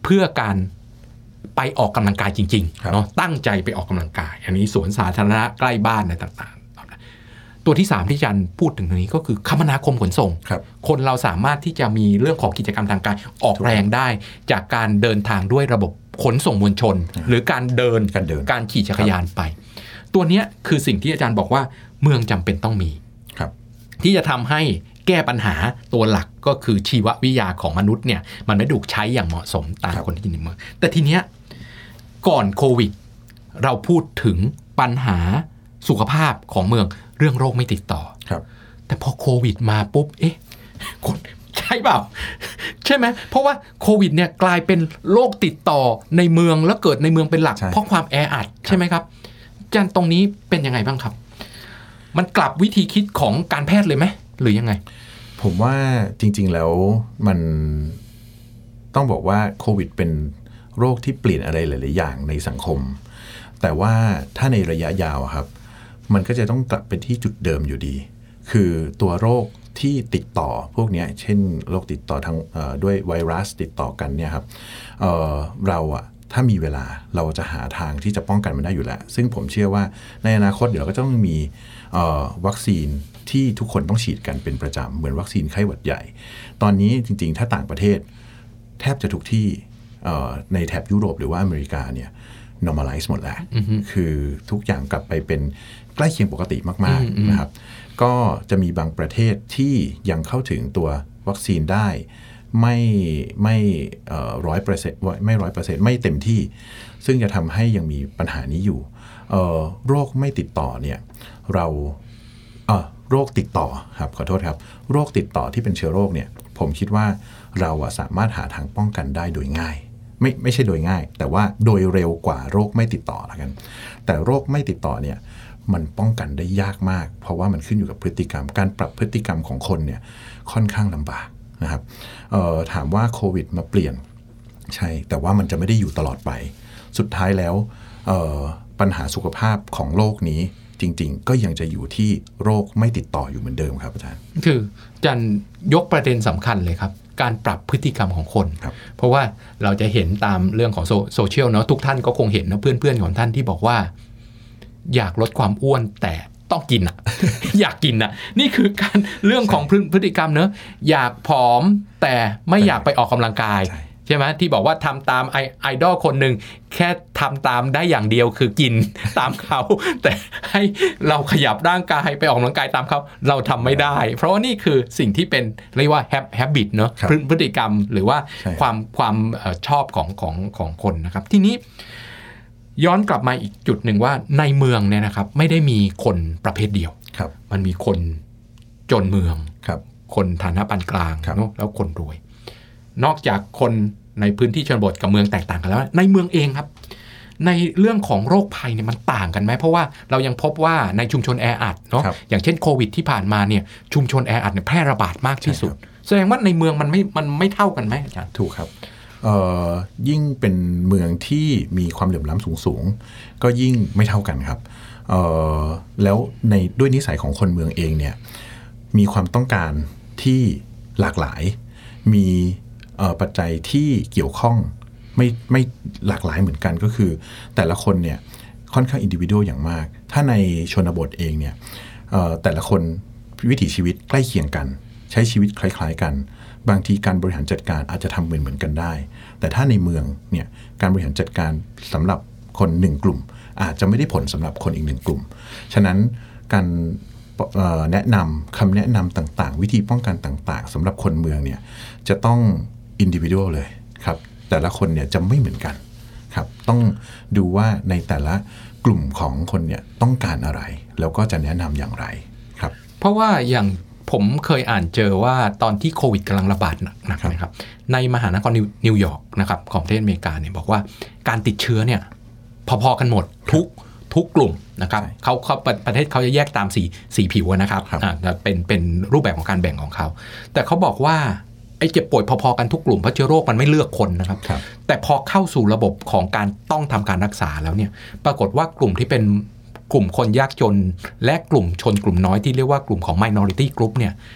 Speaker 1: เพื่อการไปออกกำลังกายจริง
Speaker 3: ครับ
Speaker 1: ๆเนาะตั้งใจไปออกกำลังกายอันนี้สวนสาธารณะใกล้บ้านอะไรต่างๆตัวที่สามที่อาจารย์พูดถึงตรงนี้ก็คือคมนาคมขนส่ง
Speaker 3: ครับ
Speaker 1: คนเราสามารถที่จะมีเรื่องของกิจกรรมทางกายออกแรงได้จากการเดินทางด้วยระบบขนส่งมวลชน หรือการเดิน
Speaker 3: การเดิน
Speaker 1: การขี่จักรยานไป ตัวเนี้ยคือสิ่งที่อาจารย์บอกว่าเมืองจำเป็นต้องมี
Speaker 3: ครับ
Speaker 1: ที่จะทำให้แก้ปัญหาตัวหลักก็คือชีววิทยาของมนุษย์เนี่ยมันไม่ถูกใช้อย่างเหมาะสมตาม
Speaker 3: ครับ
Speaker 1: คนที่อยู่ในเมืองแต่ทีเนี้ยก่อนโควิดเราพูดถึงปัญหาสุขภาพของเมืองเรื่องโรคไม่ติดต่อ
Speaker 3: ครับ
Speaker 1: แต่พอโควิดมาปุ๊บเอ๊ะคนใช่เปล่าใช่ไหมเพราะว่าโควิดเนี่ยกลายเป็นโรคติดต่อในเมืองแล้วเกิดในเมืองเป็นหลัก
Speaker 3: ใช่
Speaker 1: เพราะความแออัดใช่ไหมครับอาจารย์ตรงนี้เป็นยังไงบ้างครับมันกลับวิธีคิดของการแพทย์เลยไหมหรือยังไง
Speaker 3: ผมว่าจริงๆแล้วมันต้องบอกว่าโควิดเป็นโรคที่เปลี่ยนอะไรหลายๆอย่างในสังคม แต่ว่าถ้าในระยะยาวอะครับมันก็จะต้องกลับไปที่จุดเดิมอยู่ดี คือตัวโรคที่ติดต่อพวกนี้เช่นโรคติดต่อทางเอ่อด้วยไวรัสติดต่อกันเนี่ยครับเอ่อเราอะถ้ามีเวลาเราจะหาทางที่จะป้องกันมันได้อยู่แล้วซึ่งผมเชื่อว่าในอนาคตเดี๋ยวเราก็ต้องมีเอ่อวัคซีนที่ทุกคนต้องฉีดกันเป็นประจำเหมือนวัคซีนไข้หวัดใหญ่ตอนนี้จริงๆถ้าต่างประเทศแทบจะทุกที่เอ่อในแถบยุโรปหรือว่าอเมริกาเนี่ย normalize หมดแล้ว
Speaker 1: mm-hmm.
Speaker 3: คือทุกอย่างกลับไปเป็นใกล้เคียงปกติมาก
Speaker 1: mm-hmm.
Speaker 3: ๆนะครับก็จะมีบางประเทศที่ยังเข้าถึงตัววัคซีนได้ไม่ไม่ร้อยเปอร์เซ็นต์ไม่ร้อยเปอร์เซ็นต์ไม่เต็มที่ซึ่งจะทำให้ยังมีปัญหานี้อยู่เอ่อโรคไม่ติดต่อเนี่ยเราเอ่อโรคติดต่อครับขอโทษครับโรคติดต่อที่เป็นเชื้อโรคเนี่ยผมคิดว่าเราอะสามารถหาทางป้องกันได้โดยง่ายไม่ไม่ใช่โดยง่ายแต่ว่าโดยเร็วกว่าโรคไม่ติดต่อละกันแต่โรคไม่ติดต่อเนี่ยมันป้องกันได้ยากมากเพราะว่ามันขึ้นอยู่กับพฤติกรรมการปรับพฤติกรรมของคนเนี่ยค่อนข้างลำบากนะครับถามว่าโควิดมาเปลี่ยนใช่แต่ว่ามันจะไม่ได้อยู่ตลอดไปสุดท้ายแล้วปัญหาสุขภาพของโลกนี้จริงๆก็ยังจะอยู่ที่โรคไม่ติดต่ออยู่เหมือนเดิมครับอาจารย์
Speaker 1: คืออาจารย์ยกประเด็นสำคัญเลยครับการปรับพฤติกรรมของคนเพราะว่าเราจะเห็นตามเรื่องของโซเชียลเนาะทุกท่านก็คงเห็นนะเพื่อนๆของท่านที่บอกว่าอยากลดความอ้วนแต่ต้องกินอ่ะ อยากกินอ่ะนี่คือการเรื่องของพฤติกรรมเนอะอยากผอมแต่ไม่อยากไปออกกำลังกายใช่ไหมที่บอกว่าทำตามไอไอดอลคนหนึ่งแค่ทำตามได้อย่างเดียวคือกิน ตามเขาแต่ให้เราขยับร่างกายไปออกกำลังกายตามเขาเราทำไม่ได้เพราะว่านี่คือสิ่งที่เป็นเรียกว่าแฮบบิตเนอะพฤติกรรมหรือว่าความความชอบของของของคนนะครับทีนี้ย้อนกลับมาอีกจุดหนึ่งว่าในเมืองเนี่ยนะครับไม่ได้มีคนประเภทเดียวมันมีคนจนเมืองคนฐานะปานกลางเนาะแล้วคนรวยนอกจากคนในพื้นที่ชนบทกับเมืองแตกต่างกันแล้วในเมืองเองครับในเรื่องของโรคภัยเนี่ยมันต่างกันไหมเพราะว่าเรายังพบว่าในชุมชนแออัดเนาะอย่างเช่นโควิดที่ผ่านมาเนี่ยชุมชนแออัดเนี่ยแพร่ระบาดมากที่สุดแสดงว่าในเมืองมันไม่มันไม่เท่ากันไหมอาจารย์
Speaker 3: ถูกครับยิ่งเป็นเมืองที่มีความเหลื่อมล้ำสูงๆก็ยิ่งไม่เท่ากันครับแล้วในด้วยนิสัยของคนเมืองเองเนี่ยมีความต้องการที่หลากหลายมีปัจจัยที่เกี่ยวข้องไม่ไม่หลากหลายเหมือนกันก็คือแต่ละคนเนี่ยค่อนข้างอินดิวิวอย่างมากถ้าในชนบทเองเนี่ยแต่ละคนวิถีชีวิตใกล้เคียงกันใช้ชีวิตคล้ายๆกันบางทีการบริหารจัดการอาจจะทำเหมือนเหมือนกันได้แต่ถ้าในเมืองเนี่ยการบริหารจัดการสำหรับคนหนึ่งกลุ่มอาจจะไม่ได้ผลสำหรับคนอีกหนึ่งกลุ่มฉะนั้นการแนะนำคำแนะนำต่างๆวิธีป้องกันต่างๆสำหรับคนเมืองเนี่ยจะต้องอินดิวิวเลยครับแต่ละคนเนี่ยจะไม่เหมือนกันครับต้องดูว่าในแต่ละกลุ่มของคนเนี่ยต้องการอะไรแล้วก็จะแนะนำอย่างไรครับ
Speaker 1: เพราะว่าอย่างผมเคยอ่านเจอว่าตอนที่โควิดกำลังระบาดหนักนะครับในมหานครนิวยอร์กนะครับของประเทศอเมริกาเนี่ยบอกว่าการติดเชื้อเนี่ยพอๆกันหมดทุกทุกกลุ่มนะครับเขาเขาประเทศเขาจะแยกตามสีสีผิวนะครับอ่าเป็นเป็นรูปแบบของการแบ่งของเขาแต่เขาบอกว่าไอ้เจ็บป่วยพอๆกันทุกกลุ่มเพราะเชื้อโรคมันไม่เลือกคนนะครับแต่พอเข้าสู่ระบบของการต้องทำการรักษาแล้วเนี่ยปรากฏว่ากลุ่มที่เป็นกลุ่มคนยากจนและกลุ่มชนกลุ่มน้อยที่เรียกว่ากลุ่มของ minority group เนี่ย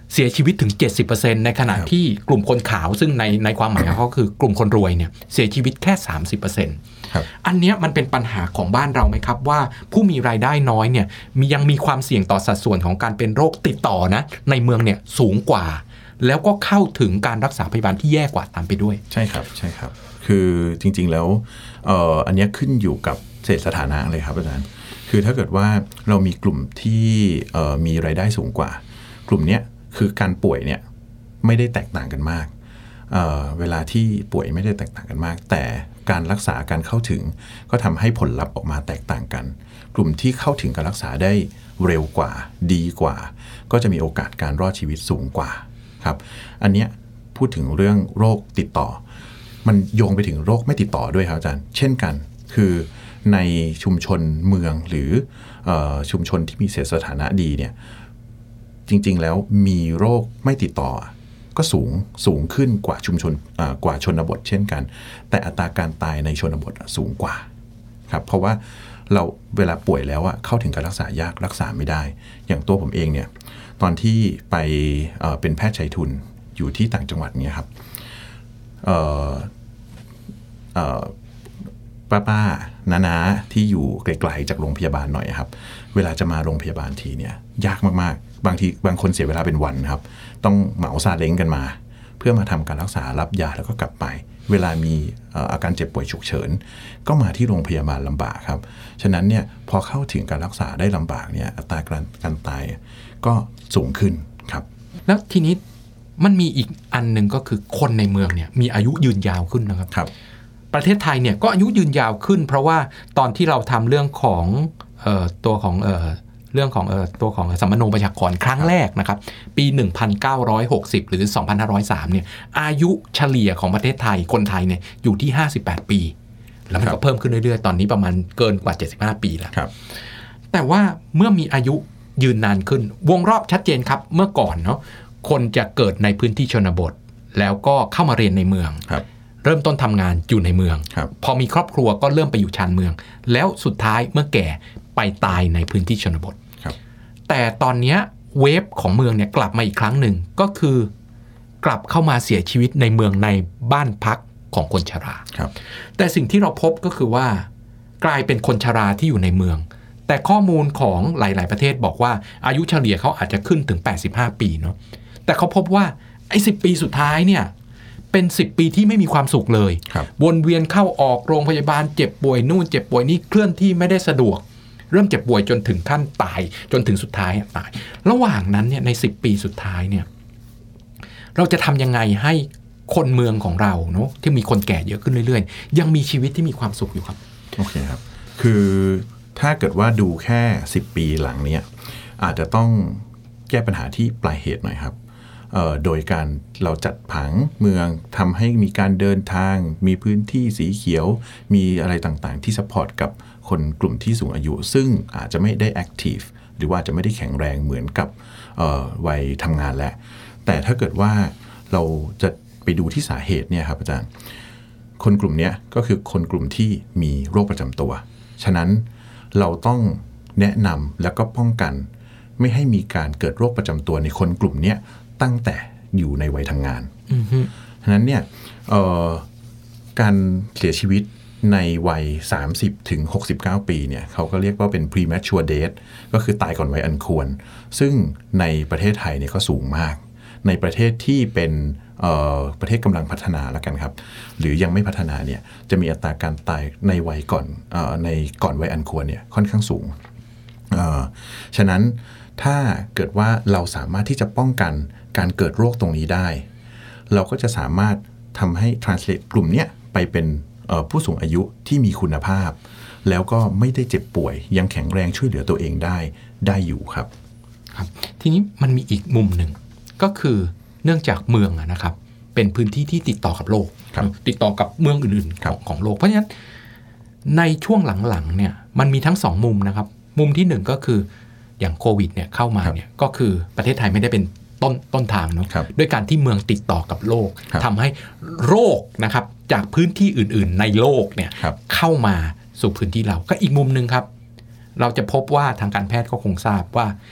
Speaker 1: เสียชีวิตถึง เจ็ดสิบเปอร์เซ็นต์ ในขณะที่กลุ่มคนขาวซึ่งในในความหมายของเขาคือกลุ่มคนรวยเนี่ยเสียชีวิตแค่ สามสิบเปอร์เซ็นต์ อันเนี้ยมันเป็นปัญหาของบ้านเราไหมครับว่าผู้มีรายได้น้อยเนี่ยมียังมีความเสี่ยงต่อสัดส่วนของการเป็นโรคติดต่อนะในเมืองเนี่ยสูงกว่าแล้วก็เข้าถึงการรักษาพยาบาลที่แย่กว่าตามไปด้วย
Speaker 3: ใช่ครับใช่ครับคือจริงๆแล้วเอ่ออันนี้ขึ้นอยู่กับเศรษฐสถานะเลยครับอาจารย์คือถ้าเกิดว่าเรามีกลุ่มที่เอ่อมีรายได้สูงกว่ากลุ่มเนี้ยคือการป่วยเนี่ยไม่ได้แตกต่างกันมากเอ่อเวลาที่ป่วยไม่ได้แตกต่างกันมากแต่การรักษาการเข้าถึงก็ทำให้ผลลัพธ์ออกมาแตกต่างกันกลุ่มที่เข้าถึงการรักษาได้เร็วกว่าดีกว่าก็จะมีโอกาสการรอดชีวิตสูงกว่าครับอันเนี้ยพูดถึงเรื่องโรคติดต่อมันโยงไปถึงโรคไม่ติดต่อด้วยครับอาจารย์เช่นกันคือในชุมชนเมืองหรือเอ่อชุมชนที่มีเศรษฐสถานะดีเนี่ยจริงๆแล้วมีโรคไม่ติดต่อก็สูงสูงขึ้นกว่าชุมชนกว่าชนบทเช่นกันแต่อัตราการตายในชนบทสูงกว่าครับเพราะว่าเราเวลาป่วยแล้วอะเข้าถึงการรักษายากรักษาไม่ได้อย่างตัวผมเองเนี่ยตอนที่ไปเอ่อเป็นแพทย์ชัยทุนอยู่ที่ต่างจังหวัดเนี่ยครับเอ่อเอ่อป้าป้าน้าน้าที่อยู่ไกลๆจากโรงพยาบาลหน่อยครับเวลาจะมาโรงพยาบาลทีเนี่ยยากมากๆบางทีบางคนเสียเวลาเป็นวันครับต้องเหมาซาเล้งกันมาเพื่อมาทำการรักษารับยาแล้วก็กลับไปเวลามีอาการเจ็บป่วยฉุกเฉินก็มาที่โรงพยาบาลลำบากครับฉะนั้นเนี่ยพอเข้าถึงการรักษาได้ลำบากเนี่ยอัตราการการตายก็สูงขึ้นครับ
Speaker 1: แล้วทีนี้มันมีอีกอันหนึ่งก็คือคนในเมืองเนี่ยมีอายุยืนยาวขึ้นนะครับ
Speaker 3: ครับ
Speaker 1: ประเทศไทยเนี่ยก็อายุยืนยาวขึ้นเพราะว่าตอนที่เราทำเรื่องของเอ่อตัวของเอ่อเรื่องของเอ่อตัวของสัมมโนประชากรครั้งแรกนะครับปีหนึ่งพันเก้าร้อยหกสิบหรือสองพันห้าร้อยสามเนี่ยอายุเฉลี่ยของประเทศไทยคนไทยเนี่ยอยู่ที่ห้าสิบแปดปีแล้วมันก็เพิ่มขึ้นเรื่อยๆตอนนี้ประมาณเกินกว่าเจ็ดสิบห้าปีแล้วแต่ว่าเมื่อมีอายุยืนนานขึ้นวงรอบชัดเจนครับเมื่อก่อนเนาะคนจะเกิดในพื้นที่ชนบทแล้วก็เข้ามาเรียนในเมืองเริ่มต้นทำงานอยู่ในเมืองพอมีครอบครัวก็เริ่มไปอยู่ชานเมืองแล้วสุดท้ายเมื่อแก่ไปตายในพื้นที่ชนบทแต่ตอนนี้เวฟของเมืองเนี่ยกลับมาอีกครั้งหนึ่งก็คือกลับเข้ามาเสียชีวิตในเมืองในบ้านพักของคนชราแต่สิ่งที่เราพบก็คือว่ากลายเป็นคนชราที่อยู่ในเมืองแต่ข้อมูลของหลายๆประเทศบอกว่าอายุเฉลี่ยเขาอาจจะขึ้นถึงแปดสิบห้าปีเนาะแต่เขาพบว่าไอ้สิบปีสุดท้ายเนี่ยเป็นสิบปีที่ไม่มีความสุขเลยวนเวียนเข้าออกโรงพยาบาลเจ็บป่วยนู่นเจ็บป่วยนี่เคลื่อนที่ไม่ได้สะดวกเริ่มเจ็บป่วยจนถึงขั้นตายจนถึงสุดท้ายตายระหว่างนั้นเนี่ยในสิบปีสุดท้ายเนี่ยเราจะทำยังไงให้คนเมืองของเราเนาะที่มีคนแก่เยอะขึ้นเรื่อยๆยังมีชีวิตที่มีความสุขอยู่ครับ
Speaker 3: โอเคครับคือถ้าเกิดว่าดูแค่สิบปีหลังนี้อาจจะต้องแก้ปัญหาที่ปลายเหตุหน่อยครับโดยการเราจัดผังเมืองทำให้มีการเดินทางมีพื้นที่สีเขียวมีอะไรต่างๆที่ซัพพอร์ตกับคนกลุ่มที่สูงอายุซึ่งอาจจะไม่ได้แอคทีฟหรือว่าจะไม่ได้แข็งแรงเหมือนกับวัยทำงานแล้วแต่ถ้าเกิดว่าเราจะไปดูที่สาเหตุเนี่ยครับอาจารย์คนกลุ่มนี้ก็คือคนกลุ่มที่มีโรคประจำตัวฉะนั้นเราต้องแนะนำแล้วก็ป้องกันไม่ให้มีการเกิดโรคประจำตัวในคนกลุ่มนี้ตั้งแต่อยู่ในวัยทำงาน
Speaker 1: mm-hmm.
Speaker 3: ฉะนั้นเนี่ยการเสียชีวิตในวัยสามสิบถึงหกสิบเก้าปีเนี่ยเขาก็เรียกว่าเป็น premature death ก็คือตายก่อนวัยอันควรซึ่งในประเทศไทยเนี่ยก็สูงมากในประเทศที่เป็นประเทศกำลังพัฒนาแล้วกันครับหรือยังไม่พัฒนาเนี่ยจะมีอัตราการตายในวัยก่อนเอ่อในก่อนวัยอันควรเนี่ยค่อนข้างสูงฉะนั้นถ้าเกิดว่าเราสามารถที่จะป้องกันการเกิดโรคตรงนี้ได้เราก็จะสามารถทำให้ translate กลุ่มเนี้ยไปเป็นผู้สูงอายุที่มีคุณภาพแล้วก็ไม่ได้เจ็บป่วยยังแข็งแรงช่วยเหลือตัวเองได้ได้อยู่ครับ
Speaker 1: ครับทีนี้มันมีอีกมุมหนึ่งก็คือเนื่องจากเมืองนะครับเป็นพื้นที่ที่ติดต่อกับโลกติดต่อกับเมืองอื่นๆของของโลกเพราะฉะนั้นในช่วงหลังๆเนี่ยมันมีทั้งสองมุมนะครับมุมที่หนึ่งก็คืออย่างโควิดเนี่ยเข้ามาเนี่ยก็คือประเทศไทยไม่ได้เป็นต้นต้นทางเนาะด้วยการที่เมืองติดต่อกับโลกทำให้โรคนะครับจากพื้นที่อื่นๆในโลกเนี่ยเข้ามาสู่พื้นที่เราก็อีกมุมนึงครับเราจะพบว่าทางการแพทย์ก็คงทราบว่า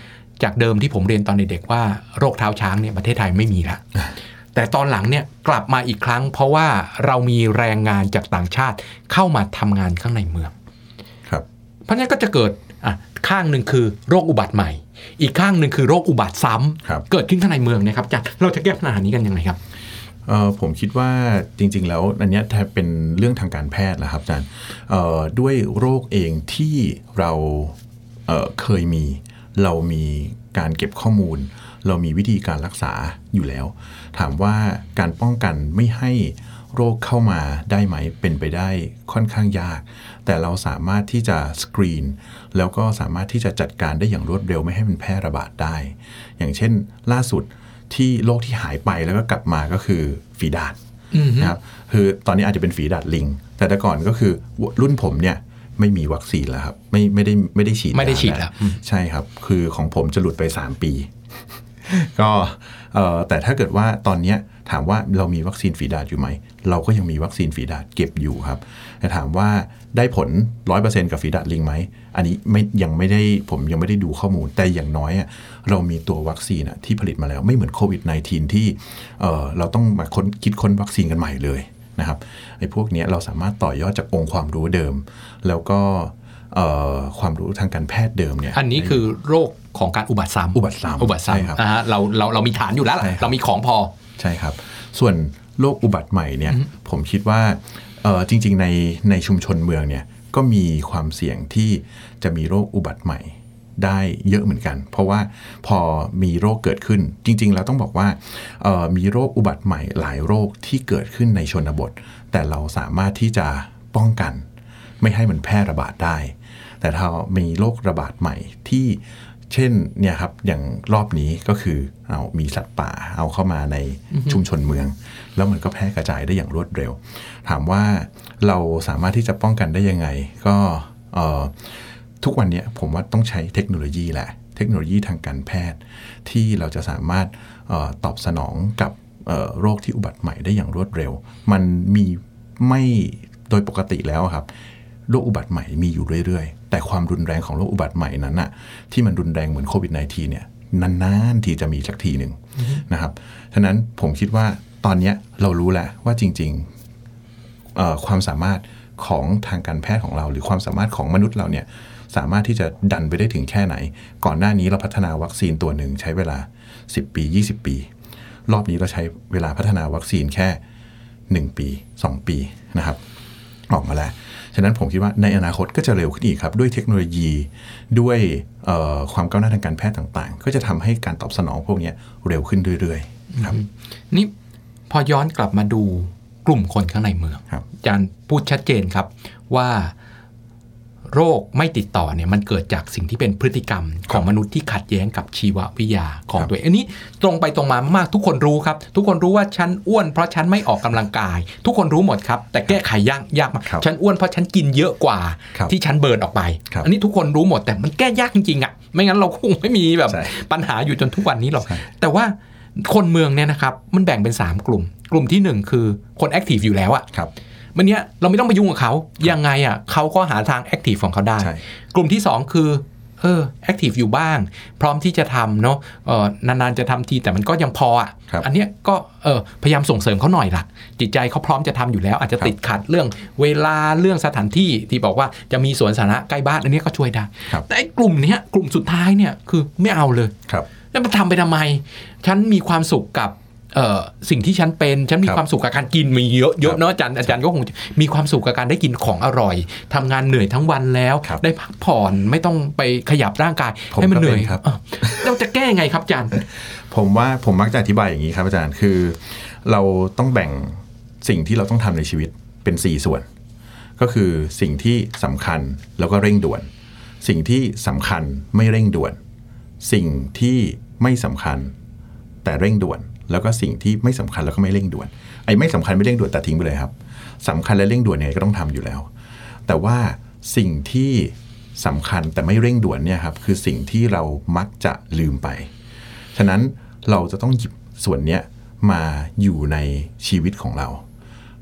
Speaker 1: จากเดิมที่ผมเรียนตอนเด็กๆว่าโรคเท้าช้างเนี่ยประเทศไทยไม่มีละแต่ตอนหลังเนี่ยกลับมาอีกครั้งเพราะว่าเรามีแรงงานจากต่างชาติเข้ามาทำงานข้างในเมือง
Speaker 3: ครับ
Speaker 1: เพราะฉะนั้นก็จะเกิดอ่ะข้างหนึ่งคือโรคอุบัติใหม่อีกข้างหนึ่งคือโรคอุบัติซ้ำเกิดขึ้นข้างในเมืองนะครับอาจารย์เราจะแก้ปัญหานี้กันยังไงครับ
Speaker 3: เอ่อผมคิดว่าจริงๆแล้วอันนี้แทบเป็นเรื่องทางการแพทย์แล้วครับอาจารย์เอ่อด้วยโรคเองที่เราเอ่อเคยมีเรามีการเก็บข้อมูลเรามีวิธีการรักษาอยู่แล้วถามว่าการป้องกันไม่ให้โรคเข้ามาได้ไหมเป็นไปได้ค่อนข้างยากแต่เราสามารถที่จะสกรีนแล้วก็สามารถที่จะจัดการได้อย่างรวดเร็วไม่ให้มันแพร่ระบาดได้อย่างเช่นล่าสุดที่โรคที่หายไปแล้วก็กลับมาก็คือฝีดาษนะครับคือตอนนี้อาจจะเป็นฝีดาษลิงแต่แต่ก่อนก็คือรุ่นผมเนี่ยไม่มีวัคซีนแล้วครับไม่ไม่ได้ไม่ได้ฉีด
Speaker 1: ไม่ได้ฉีดแล้ว
Speaker 3: ใช่ครับคือของผมจะหลุดไปสามปีก็แต่ถ้าเกิดว่าตอนนี้ถามว่าเรามีวัคซีนฝีดาษอยู่ไหมเราก็ยังมีวัคซีนฝีดาษเก็บอยู่ครับแต่ถามว่าได้ผล ร้อยเปอร์เซ็นต์ กับฝีดาษลิงไหมอันนี้ไม่ยังไม่ได้ผมยังไม่ได้ดูข้อมูลแต่อย่างน้อยเรามีตัววัคซีนที่ผลิตมาแล้วไม่เหมือนโควิด สิบเก้า ที่เอ่อเราต้องมาค้นคิดค้นวัคซีนกันใหม่เลยนะครับไอ้พวกนี้เราสามารถต่อยอดจากองค์ความรู้เดิมแล้วก็ความรู้ทางการแพทย์เดิมเนี่ย
Speaker 1: อันนี้คือโรคของการอุบัติซ้ำ
Speaker 3: อุบัติซ้ำ
Speaker 1: อุบัติซ้ำนะฮะเราเราเรามีฐานอยู่แล้วเรามีของพอ
Speaker 3: ใช่ครับส่วนโรคอุบัติใหม่เนี่ยผมคิดว่าจริงๆในในชุมชนเมืองเนี่ยก็มีความเสี่ยงที่จะมีโรคอุบัติใหม่ได้เยอะเหมือนกันเพราะว่าพอมีโรคเกิดขึ้นจริงๆแล้วต้องบอกว่ามีโรคอุบัติใหม่หลายโรคที่เกิดขึ้นในชนบทแต่เราสามารถที่จะป้องกันไม่ให้มันแพร่ระบาดได้แต่ถ้ามีโรคระบาดใหม่ที่เช่นเนี่ยครับอย่างรอบนี้ก็คือเอามีสัตว์ป่าเอาเข้ามาในชุมชนเมืองแล้วมันก็แพร่กระจายได้อย่างรวดเร็วถามว่าเราสามารถที่จะป้องกันได้ยังไงก็ทุกวันนี้ผมว่าต้องใช้เทคโนโลยีแหละเทคโนโลยีทางการแพทย์ที่เราจะสามารถออตอบสนองกับโรคที่อุบัติใหม่ได้อย่างรวดเร็วมันมีไม่โดยปกติแล้วครับโรคอุบัติใหม่มีอยู่เรื่อยๆแต่ความรุนแรงของโรคอุบัติใหม่นั้นน่ะที่มันรุนแรงเหมือนโควิด สิบเก้า เนี่ยนานๆทีจะมีสักทีหนึ่ง mm-hmm. นะครับฉะนั้นผมคิดว่าตอนนี้เรารู้แล้วว่าจริงๆความสามารถของทางการแพทย์ของเราหรือความสามารถของมนุษย์เราเนี่ยสามารถที่จะดันไปได้ถึงแค่ไหนก่อนหน้านี้เราพัฒนาวัคซีนตัวหนึ่งใช้เวลาสิบปียี่สิบปีรอบนี้เราใช้เวลาพัฒนาวัคซีนแค่หนึ่งปีสองปีนะครับออกมาแล้วฉะนั้นผมคิดว่าในอนาคตก็จะเร็วขึ้นอีกครับด้วยเทคโนโลยีด้วยความก้าวหน้าทางการแพทย์ต่างๆก็จะทำให้การตอบสนองพวกนี้เร็วขึ้นเรื่อยๆครับ
Speaker 1: นี่พอย้อนกลับมาดูกลุ่มคนข้างในเมืองอาจารย์พูดชัดเจนครับว่าโรคไม่ติดต่อเนี่ยมันเกิดจากสิ่งที่เป็นพฤติกรรมของมนุษย์ที่ขัดแย้งกับชีววิทยาของตัวเองอันนี้ตรงไปตรงมามากๆทุกคนรู้ครับทุกคนรู้ว่าฉันอ้วนเพราะฉันไม่ออกกำลังกายทุกคนรู้หมดครับแต่แก้ไขยากยากมากฉันอ้วนเพราะฉันกินเยอะกว่าที่ฉันเบิร์นออกไปอันนี้ทุกคนรู้หมดแต่มันแก้ยากจริงๆอ่ะไม่งั้นเราคงไม่มีแบบปัญหาอยู่จนทุกวันนี้หรอกแต่ว่าคนเมืองเนี่ยนะครับมันแบ่งเป็นสามกลุ่มกลุ่มที่หนึ่งคือคนแอคทีฟอยู่แล้วอ่ะวันนี้เราไม่ต้องไปยุ่งกับเขายังไงอ่ะเขาก็หาทางแอคทีฟของเขาได้กลุ่มที่สองคือเออแอคทีฟอยู่บ้างพร้อมที่จะทำเนาะเออนานๆจะทำทีแต่มันก็ยังพออ่ะอันเนี้ยก็เออพยายามส่งเสริมเขาหน่อยล่ะจิตใจเขาพร้อมจะทำอยู่แล้วอาจจะติดขัดเรื่องเวลาเรื่องสถานที่ที่บอกว่าจะมีสวนสาธารณะใกล้บ้านอันนี้ก็ช่วยได้แต่ไอ้กลุ่มเนี้ยกลุ่มสุดท้ายเนี่ยคือไม่เอาเลยแล้วมันทำไปทำไมฉันมีความสุขกับเอ่อสิ่งที่ฉันเป็นฉันมีความสุขกับการกินมีเยอะเยอะเนาะอาจารย์อาจารย์ก็คงมีความสุขกับการได้กินของอร่อยทำงานเหนื่อยทั้งวันแล้วได้พักผ่อนไม่ต้องไปขยับร่างกายให้มันเหนื่อยครับเราจะแก้ไงครับอาจารย์
Speaker 3: ผมว่าผมมักจะอธิบายอย่างนี้ครับอาจารย์คือเราต้องแบ่งสิ่งที่เราต้องทำในชีวิตเป็นสี่ส่วนก็คือสิ่งที่สำคัญแล้วก็เร่งด่วนสิ่งที่สำคัญไม่เร่งด่วนสิ่งที่ไม่สำคัญแต่เร่งด่วนแล้วก็สิ่งที่ไม่สำคัญแล้วก็ไม่เร่งด่วนไอ้ไม่สำคัญไม่เร่งด่วนตัดทิ้งไปเลยครับสำคัญและเร่งด่วนเนี่ยก็ต้องทำอยู่แล้วแต่ว่าสิ่งที่สำคัญแต่ไม่เร่งด่วนเนี่ยครับคือสิ่งที่เรามักจะลืมไปฉะนั้นเราจะต้องหยิบส่วนนี้มาอยู่ในชีวิตของเรา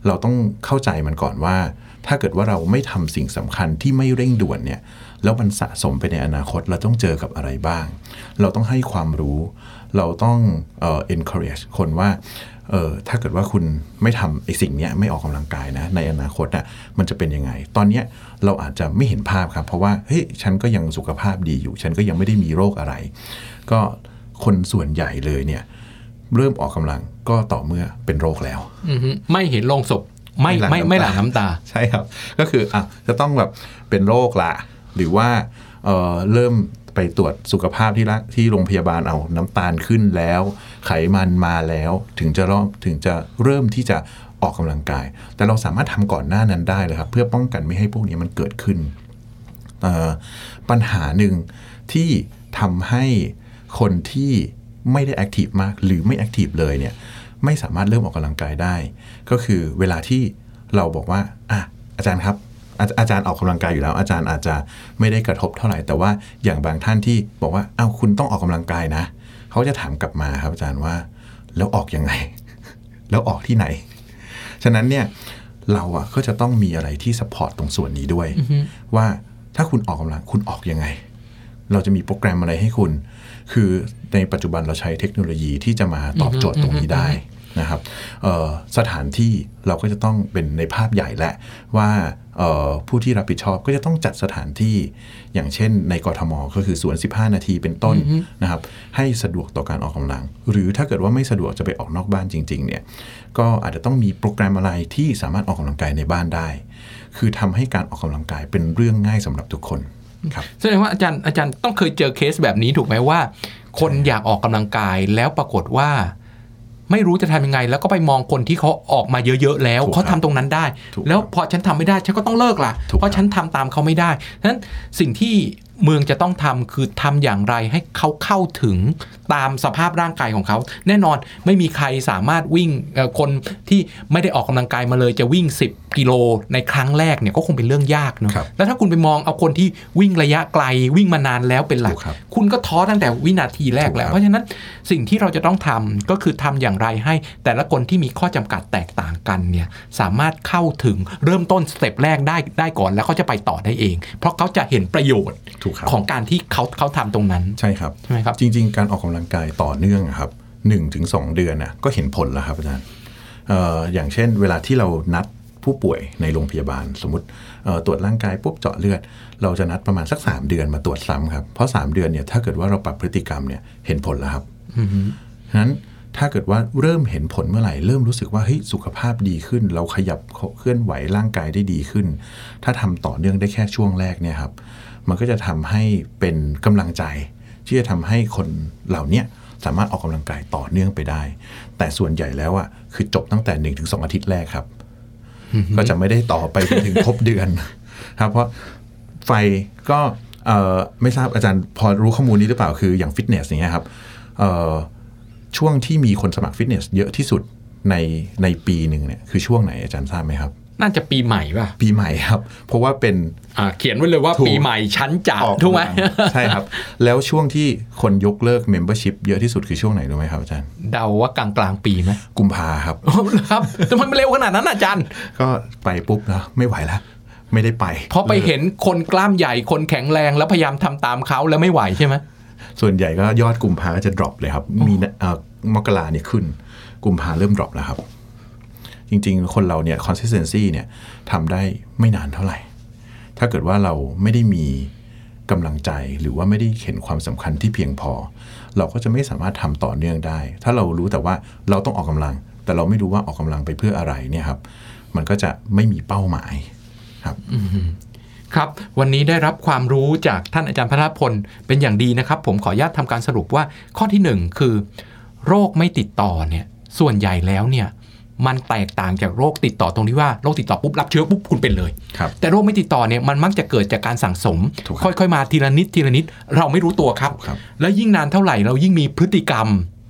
Speaker 3: เราต้องเข้าใจมันก่อนว่าถ้าเกิดว่าเราไม่ทำสิ่งสำคัญที่ไม่เร่งด่วนเนี่ยแล้วมันสะสมไปในอนาคตเราต้องเจอกับอะไรบ้างเราต้องให้ความรู้เราต้องเอ่อ encourage คนว่าเออถ้าเกิดว่าคุณไม่ทำไอ้สิ่งนี้ไม่ออกกำลังกายนะในอนาคตน่ะมันจะเป็นยังไงตอนนี้เราอาจจะไม่เห็นภาพครับเพราะว่าเฮ้ยฉันก็ยังสุขภาพดีอยู่ฉันก็ยังไม่ได้มีโรคอะไรก็คนส่วนใหญ่เลยเนี่ยเริ่มออกกำลังก็ต่อเมื่อเป็นโรคแล้ว
Speaker 1: ไม่เห็นโลงศพไม่ไม่ไม่หลั่งน้ำตา
Speaker 3: ใช่ครับก็คืออ่ะจะต้องแบบเป็นโรคละหรือว่าเอ่อเริ่มไปตรวจสุขภาพที่ที่โรงพยาบาลเอาน้ำตาลขึ้นแล้วไขมันมาแล้วถึงจะรอบถึงจะเริ่มที่จะออกกำลังกายแต่เราสามารถทำก่อนหน้านั้นได้เลยครับเพื่อป้องกันไม่ให้พวกนี้มันเกิดขึ้นปัญหาหนึ่งที่ทำให้คนที่ไม่ได้แอคทีฟมากหรือไม่แอคทีฟเลยเนี่ยไม่สามารถเริ่มออกกำลังกายได้ก็คือเวลาที่เราบอกว่าอ่ะอาจารย์ครับอา, อาจารย์ออกกำลังกายอยู่แล้วอาจารย์อาจจะไม่ได้กระทบเท่าไหร่แต่ว่าอย่างบางท่านที่บอกว่าอ้าวคุณต้องออกกำลังกายนะเขาจะถามกลับมาครับอาจารย์ว่าแล้วออกยังไง แล้วออกที่ไหนฉะนั้นเนี่ยเราอ่ะก็จะต้องมีอะไรที่ซัพพอร์ตตรงส่วนนี้ด้วย mm-hmm. ว่าถ้าคุณออกกำลังคุณออกยังไงเราจะมีโปรแกรมอะไรให้คุณคือในปัจจุบันเราใช้เทคโนโลยีที่จะมาตอบโจทย์ตรงนี้ได้นะครับสถานที่เราก็จะต้องเป็นในภาพใหญ่แหละว่าผู้ที่รับผิดชอบก็จะต้องจัดสถานที่อย่างเช่นในกทมก็คือสวนสิบห้านาทีเป็นต้น mm-hmm. นะครับให้สะดวกต่อการออกกำลังหรือถ้าเกิดว่าไม่สะดวกจะไปออกนอกบ้านจริงๆเนี่ยก็อาจจะต้องมีโปรแกรมอะไรที่สามารถออกกำลังกายในบ้านได้คือทำให้การออกกำลังกายเป็นเรื่องง่ายสำหรับทุกคนครับ
Speaker 1: แสดงว่าอาจารย์อาจารย์ต้องเคยเจอเคสแบบนี้ถูกไหมว่าคนอยากออกกำลังกายแล้วปรากฏว่าไม่รู้จะทำยังไงแล้วก็ไปมองคนที่เขาออกมาเยอะๆแล้วเขาทำตรงนั้นได้แล้วพอฉันทำไม่ได้ฉันก็ต้องเลิกล่ะเพราะฉันทำตามเขาไม่ได้ฉะนั้นสิ่งที่เมืองจะต้องทำคือทำอย่างไรให้เขาเข้าถึงตามสภาพร่างกายของเขาแน่นอนไม่มีใครสามารถวิ่งคนที่ไม่ได้ออกกำลังกายมาเลยจะวิ่งสิบกิโลในครั้งแรกเนี่ยก็คงเป็นเรื่องยากเนาะแล้วถ้าคุณไปมองเอาคนที่วิ่งระยะไกลวิ่งมานานแล้วเป็นหลักคุณก็ท้อตั้งแต่วินาทีแรกแล้วเพราะฉะนั้นสิ่งที่เราจะต้องทำก็คือทำอย่างไรให้แต่ละคนที่มีข้อจำกัดแตกต่างกันเนี่ยสามารถเข้าถึงเริ่มต้นสเต็ปแรกได้ได้ก่อนแล้วเขาจะไปต่อได้เองเพราะเขาจะเห็นประโยชน์ของการที่เขาเขาทำตรงนั้น
Speaker 3: ใช่ครับ
Speaker 1: ใช่ไหมครับ
Speaker 3: จริงๆการออกกำลังกายต่อเนื่องครับ หนึ่งถึงสอง เดือนนะก็เห็นผลแล้วครับอาจารย์ เอ่อ อย่างเช่นเวลาที่เรานัดผู้ป่วยในโรงพยาบาลสมมติตรวจร่างกายปุ๊บเจาะเลือดเราจะนัดประมาณสักสามเดือนมาตรวจซ้ำครับเพราะสามเดือนเนี่ยถ้าเกิดว่าเราปรับพฤติกรรมเนี่ยเห็นผลแล้วครับฉะนั้นถ้าเกิดว่าเริ่มเห็นผลเมื่อไหร่เริ่มรู้สึกว่าเฮ้ยสุขภาพดีขึ้นเราขยับเคลื่อนไหวร่างกายได้ดีขึ้นถ้าทำต่อเนื่องได้แค่ช่วงแรกเนี่ยครับมันก็จะทำให้เป็นกำลังใจที่จะทำให้คนเหล่านี้สามารถออกกำลังกายต่อเนื่องไปได้แต่ส่วนใหญ่แล้วอ่ะคือจบตั้งแต่ หนึ่งถึงสอง อาทิตย์แรกครับ mm-hmm. ก็จะไม่ได้ต่อไปจนถึงครบเดือนครับเพราะไฟก็ไม่ทราบอาจารย์พอรู้ข้อมูลนี้หรือเปล่าคืออย่างฟิตเนสอย่างเงี้ยครับช่วงที่มีคนสมัครฟิตเนสเยอะที่สุดในในปีหนึ่งเนี่ยคือช่วงไหนอาจารย์ทราบไหมครับ
Speaker 1: น่าจะปีใหม่ป่ะ
Speaker 3: ปีใหม่ครับเพราะว่าเป็น
Speaker 1: เขียนไว้เลยว่าปีใหม่ชั้นจะถูกไหม
Speaker 3: ใช่ครับแล้วช่วงที่คนยกเลิก membership เยอะที่สุดคือช่วงไหนรู้ไหมครับอาจารย์
Speaker 1: เดาว่ากลางกลางปีไหม
Speaker 3: กุมภาครับ
Speaker 1: ครับทำไมมันเร็วขนาดนั้นอาจารย์
Speaker 3: ก็ไปปุ๊บนะไม่ไหวแล้วไม่ได้ไป
Speaker 1: เพราะไปเห็นคนกล้ามใหญ่คนแข็งแรงแล้วพยายามทำตามเขาแล้วไม่ไหวใช่ไหม
Speaker 3: ส่วนใหญ่ก็ยอดกุมภาจะ drop เลยครับมีมกราเนี่ยขึ้นกุมภาเริ่ม drop แล้วครับจริงๆคนเราเนี่ย consistency เนี่ยทำได้ไม่นานเท่าไหร่ถ้าเกิดว่าเราไม่ได้มีกำลังใจหรือว่าไม่ได้เห็นความสำคัญที่เพียงพอเราก็จะไม่สามารถทำต่อเนื่องได้ถ้าเรารู้แต่ว่าเราต้องออกกำลังแต่เราไม่รู้ว่าออกกำลังไปเพื่ออะไรเนี่ยครับมันก็จะไม่มีเป้าหมายครับ
Speaker 1: ครับวันนี้ได้รับความรู้จากท่านอาจารย์พระพลเป็นอย่างดีนะครับผมขออนุญาตทำการสรุปว่าข้อที่หนึ่งคือโรคไม่ติดต่อเนี่ยส่วนใหญ่แล้วเนี่ยมันแตกต่างจากโรคติดต่อตรงที่ว่าโรคติดต่อปุ๊บรับเชื้อปุ๊บคุณเป็นเลยแต่โรคไม่ติดต่อเนี่ยมันมักจะเกิดจากการสั่งสมค่อยๆมาทีละนิดทีละนิดเราไม่รู้ตัวครับและยิ่งนานเท่าไหร่เรายิ่งมีพฤติกรรม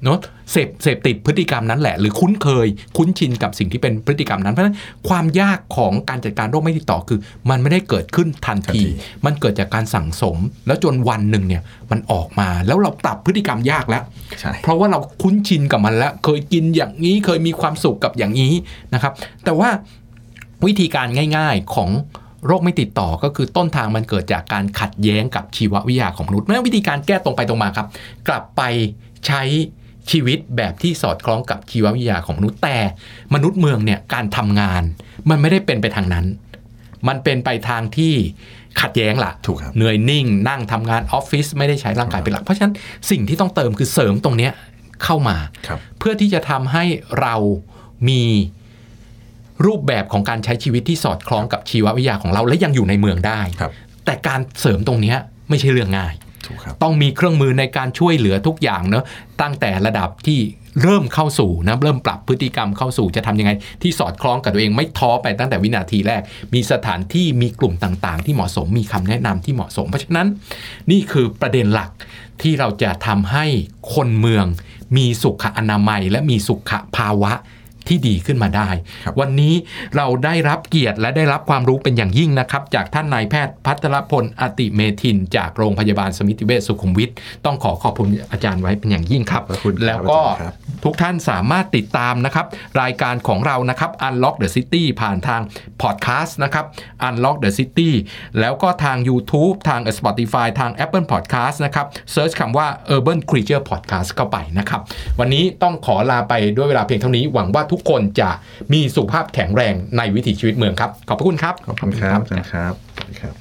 Speaker 1: เนาะเสพเสพติดพฤติกรรมนั้นแหละหรือคุ้นเคยคุ้นชินกับสิ่งที่เป็นพฤติกรรมนั้นเพราะฉะนั้นความยากของการจัดการโรคไม่ติดต่อคือมันไม่ได้เกิดขึ้นทันทีมันเกิดจากการสั่งสมแล้วจนวันหนึ่งเนี่ยมันออกมาแล้วเราปรับพฤติกรรมยากแล้วเพราะว่าเราคุ้นชินกับมันแล้วเคยกินอย่างนี้เคยมีความสุขกับอย่างนี้นะครับแต่ว่าวิธีการง่ายๆของโรคไม่ติดต่อก็คือต้นทางมันเกิดจากการขัดแย้งกับชีววิทยาของมนุษย์เพราะฉะนั้นวิธีการแก้ตรงไปตรงมาครับกลับไปใช้ชีวิตแบบที่สอดคล้องกับชีววิทยาของมนุษย์แต่มนุษย์เมืองเนี่ยการทำงานมันไม่ได้เป็นไปทางนั้นมันเป็นไปทางที่ขัดแย้งล่ะ
Speaker 3: ถูกครับ
Speaker 1: เหนื่อยนิ่งนั่งทำงานออฟฟิศไม่ได้ใช้ร่างกายเป็นหลักเพราะฉะนั้นสิ่งที่ต้องเติมคือเสริมตรงนี้เข้ามาเพื่อที่จะทำให้เรามีรูปแบบของการใช้ชีวิตที่สอดคล้องกับชีววิทยาของเราและยังอยู่ในเมืองได้แต่การเสริมตรงนี้ไม่ใช่เรื่องง่ายต้องมีเครื่องมือในการช่วยเหลือทุกอย่างเนอะตั้งแต่ระดับที่เริ่มเข้าสู่นะเริ่มปรับพฤติกรรมเข้าสู่จะทำยังไงที่สอดคล้องกับตัวเองไม่ท้อไปตั้งแต่วินาทีแรกมีสถานที่มีกลุ่มต่างๆที่เหมาะสมมีคำแนะนำที่เหมาะสมเพราะฉะนั้นนี่คือประเด็นหลักที่เราจะทำให้คนเมืองมีสุขอนามัยและมีสุขภาวะที่ดีขึ้นมาได้วันนี้เราได้รับเกียรติและได้รับความรู้เป็นอย่างยิ่งนะครับจากท่านนายแพทย์ภัทรพลอติเมธินจากโรงพยาบาลสมิติเวชสุขุมวิทต้องขอขอบคุณอาจารย์ไว้เป็นอย่างยิ่งครับแล้วก็ทุกท่านสามารถติดตามนะครับรายการของเรานะครับ Unlock the City ผ่านทางพอดแคสต์นะครับ Unlock the City แล้วก็ทาง YouTube ทาง Spotify ทาง Apple Podcast นะครับเซิร์ชคำว่า Urban Creature Podcast เข้าไปนะครับวันนี้ต้องขอลาไปด้วยเวลาเพียงเท่านี้หวังว่าทุกคนจะมีสุขภาพแข็งแรงในวิถีชีวิตเมืองครับขอบพระคุณครับ
Speaker 3: ขอบคุณครับอาจารย์ครับ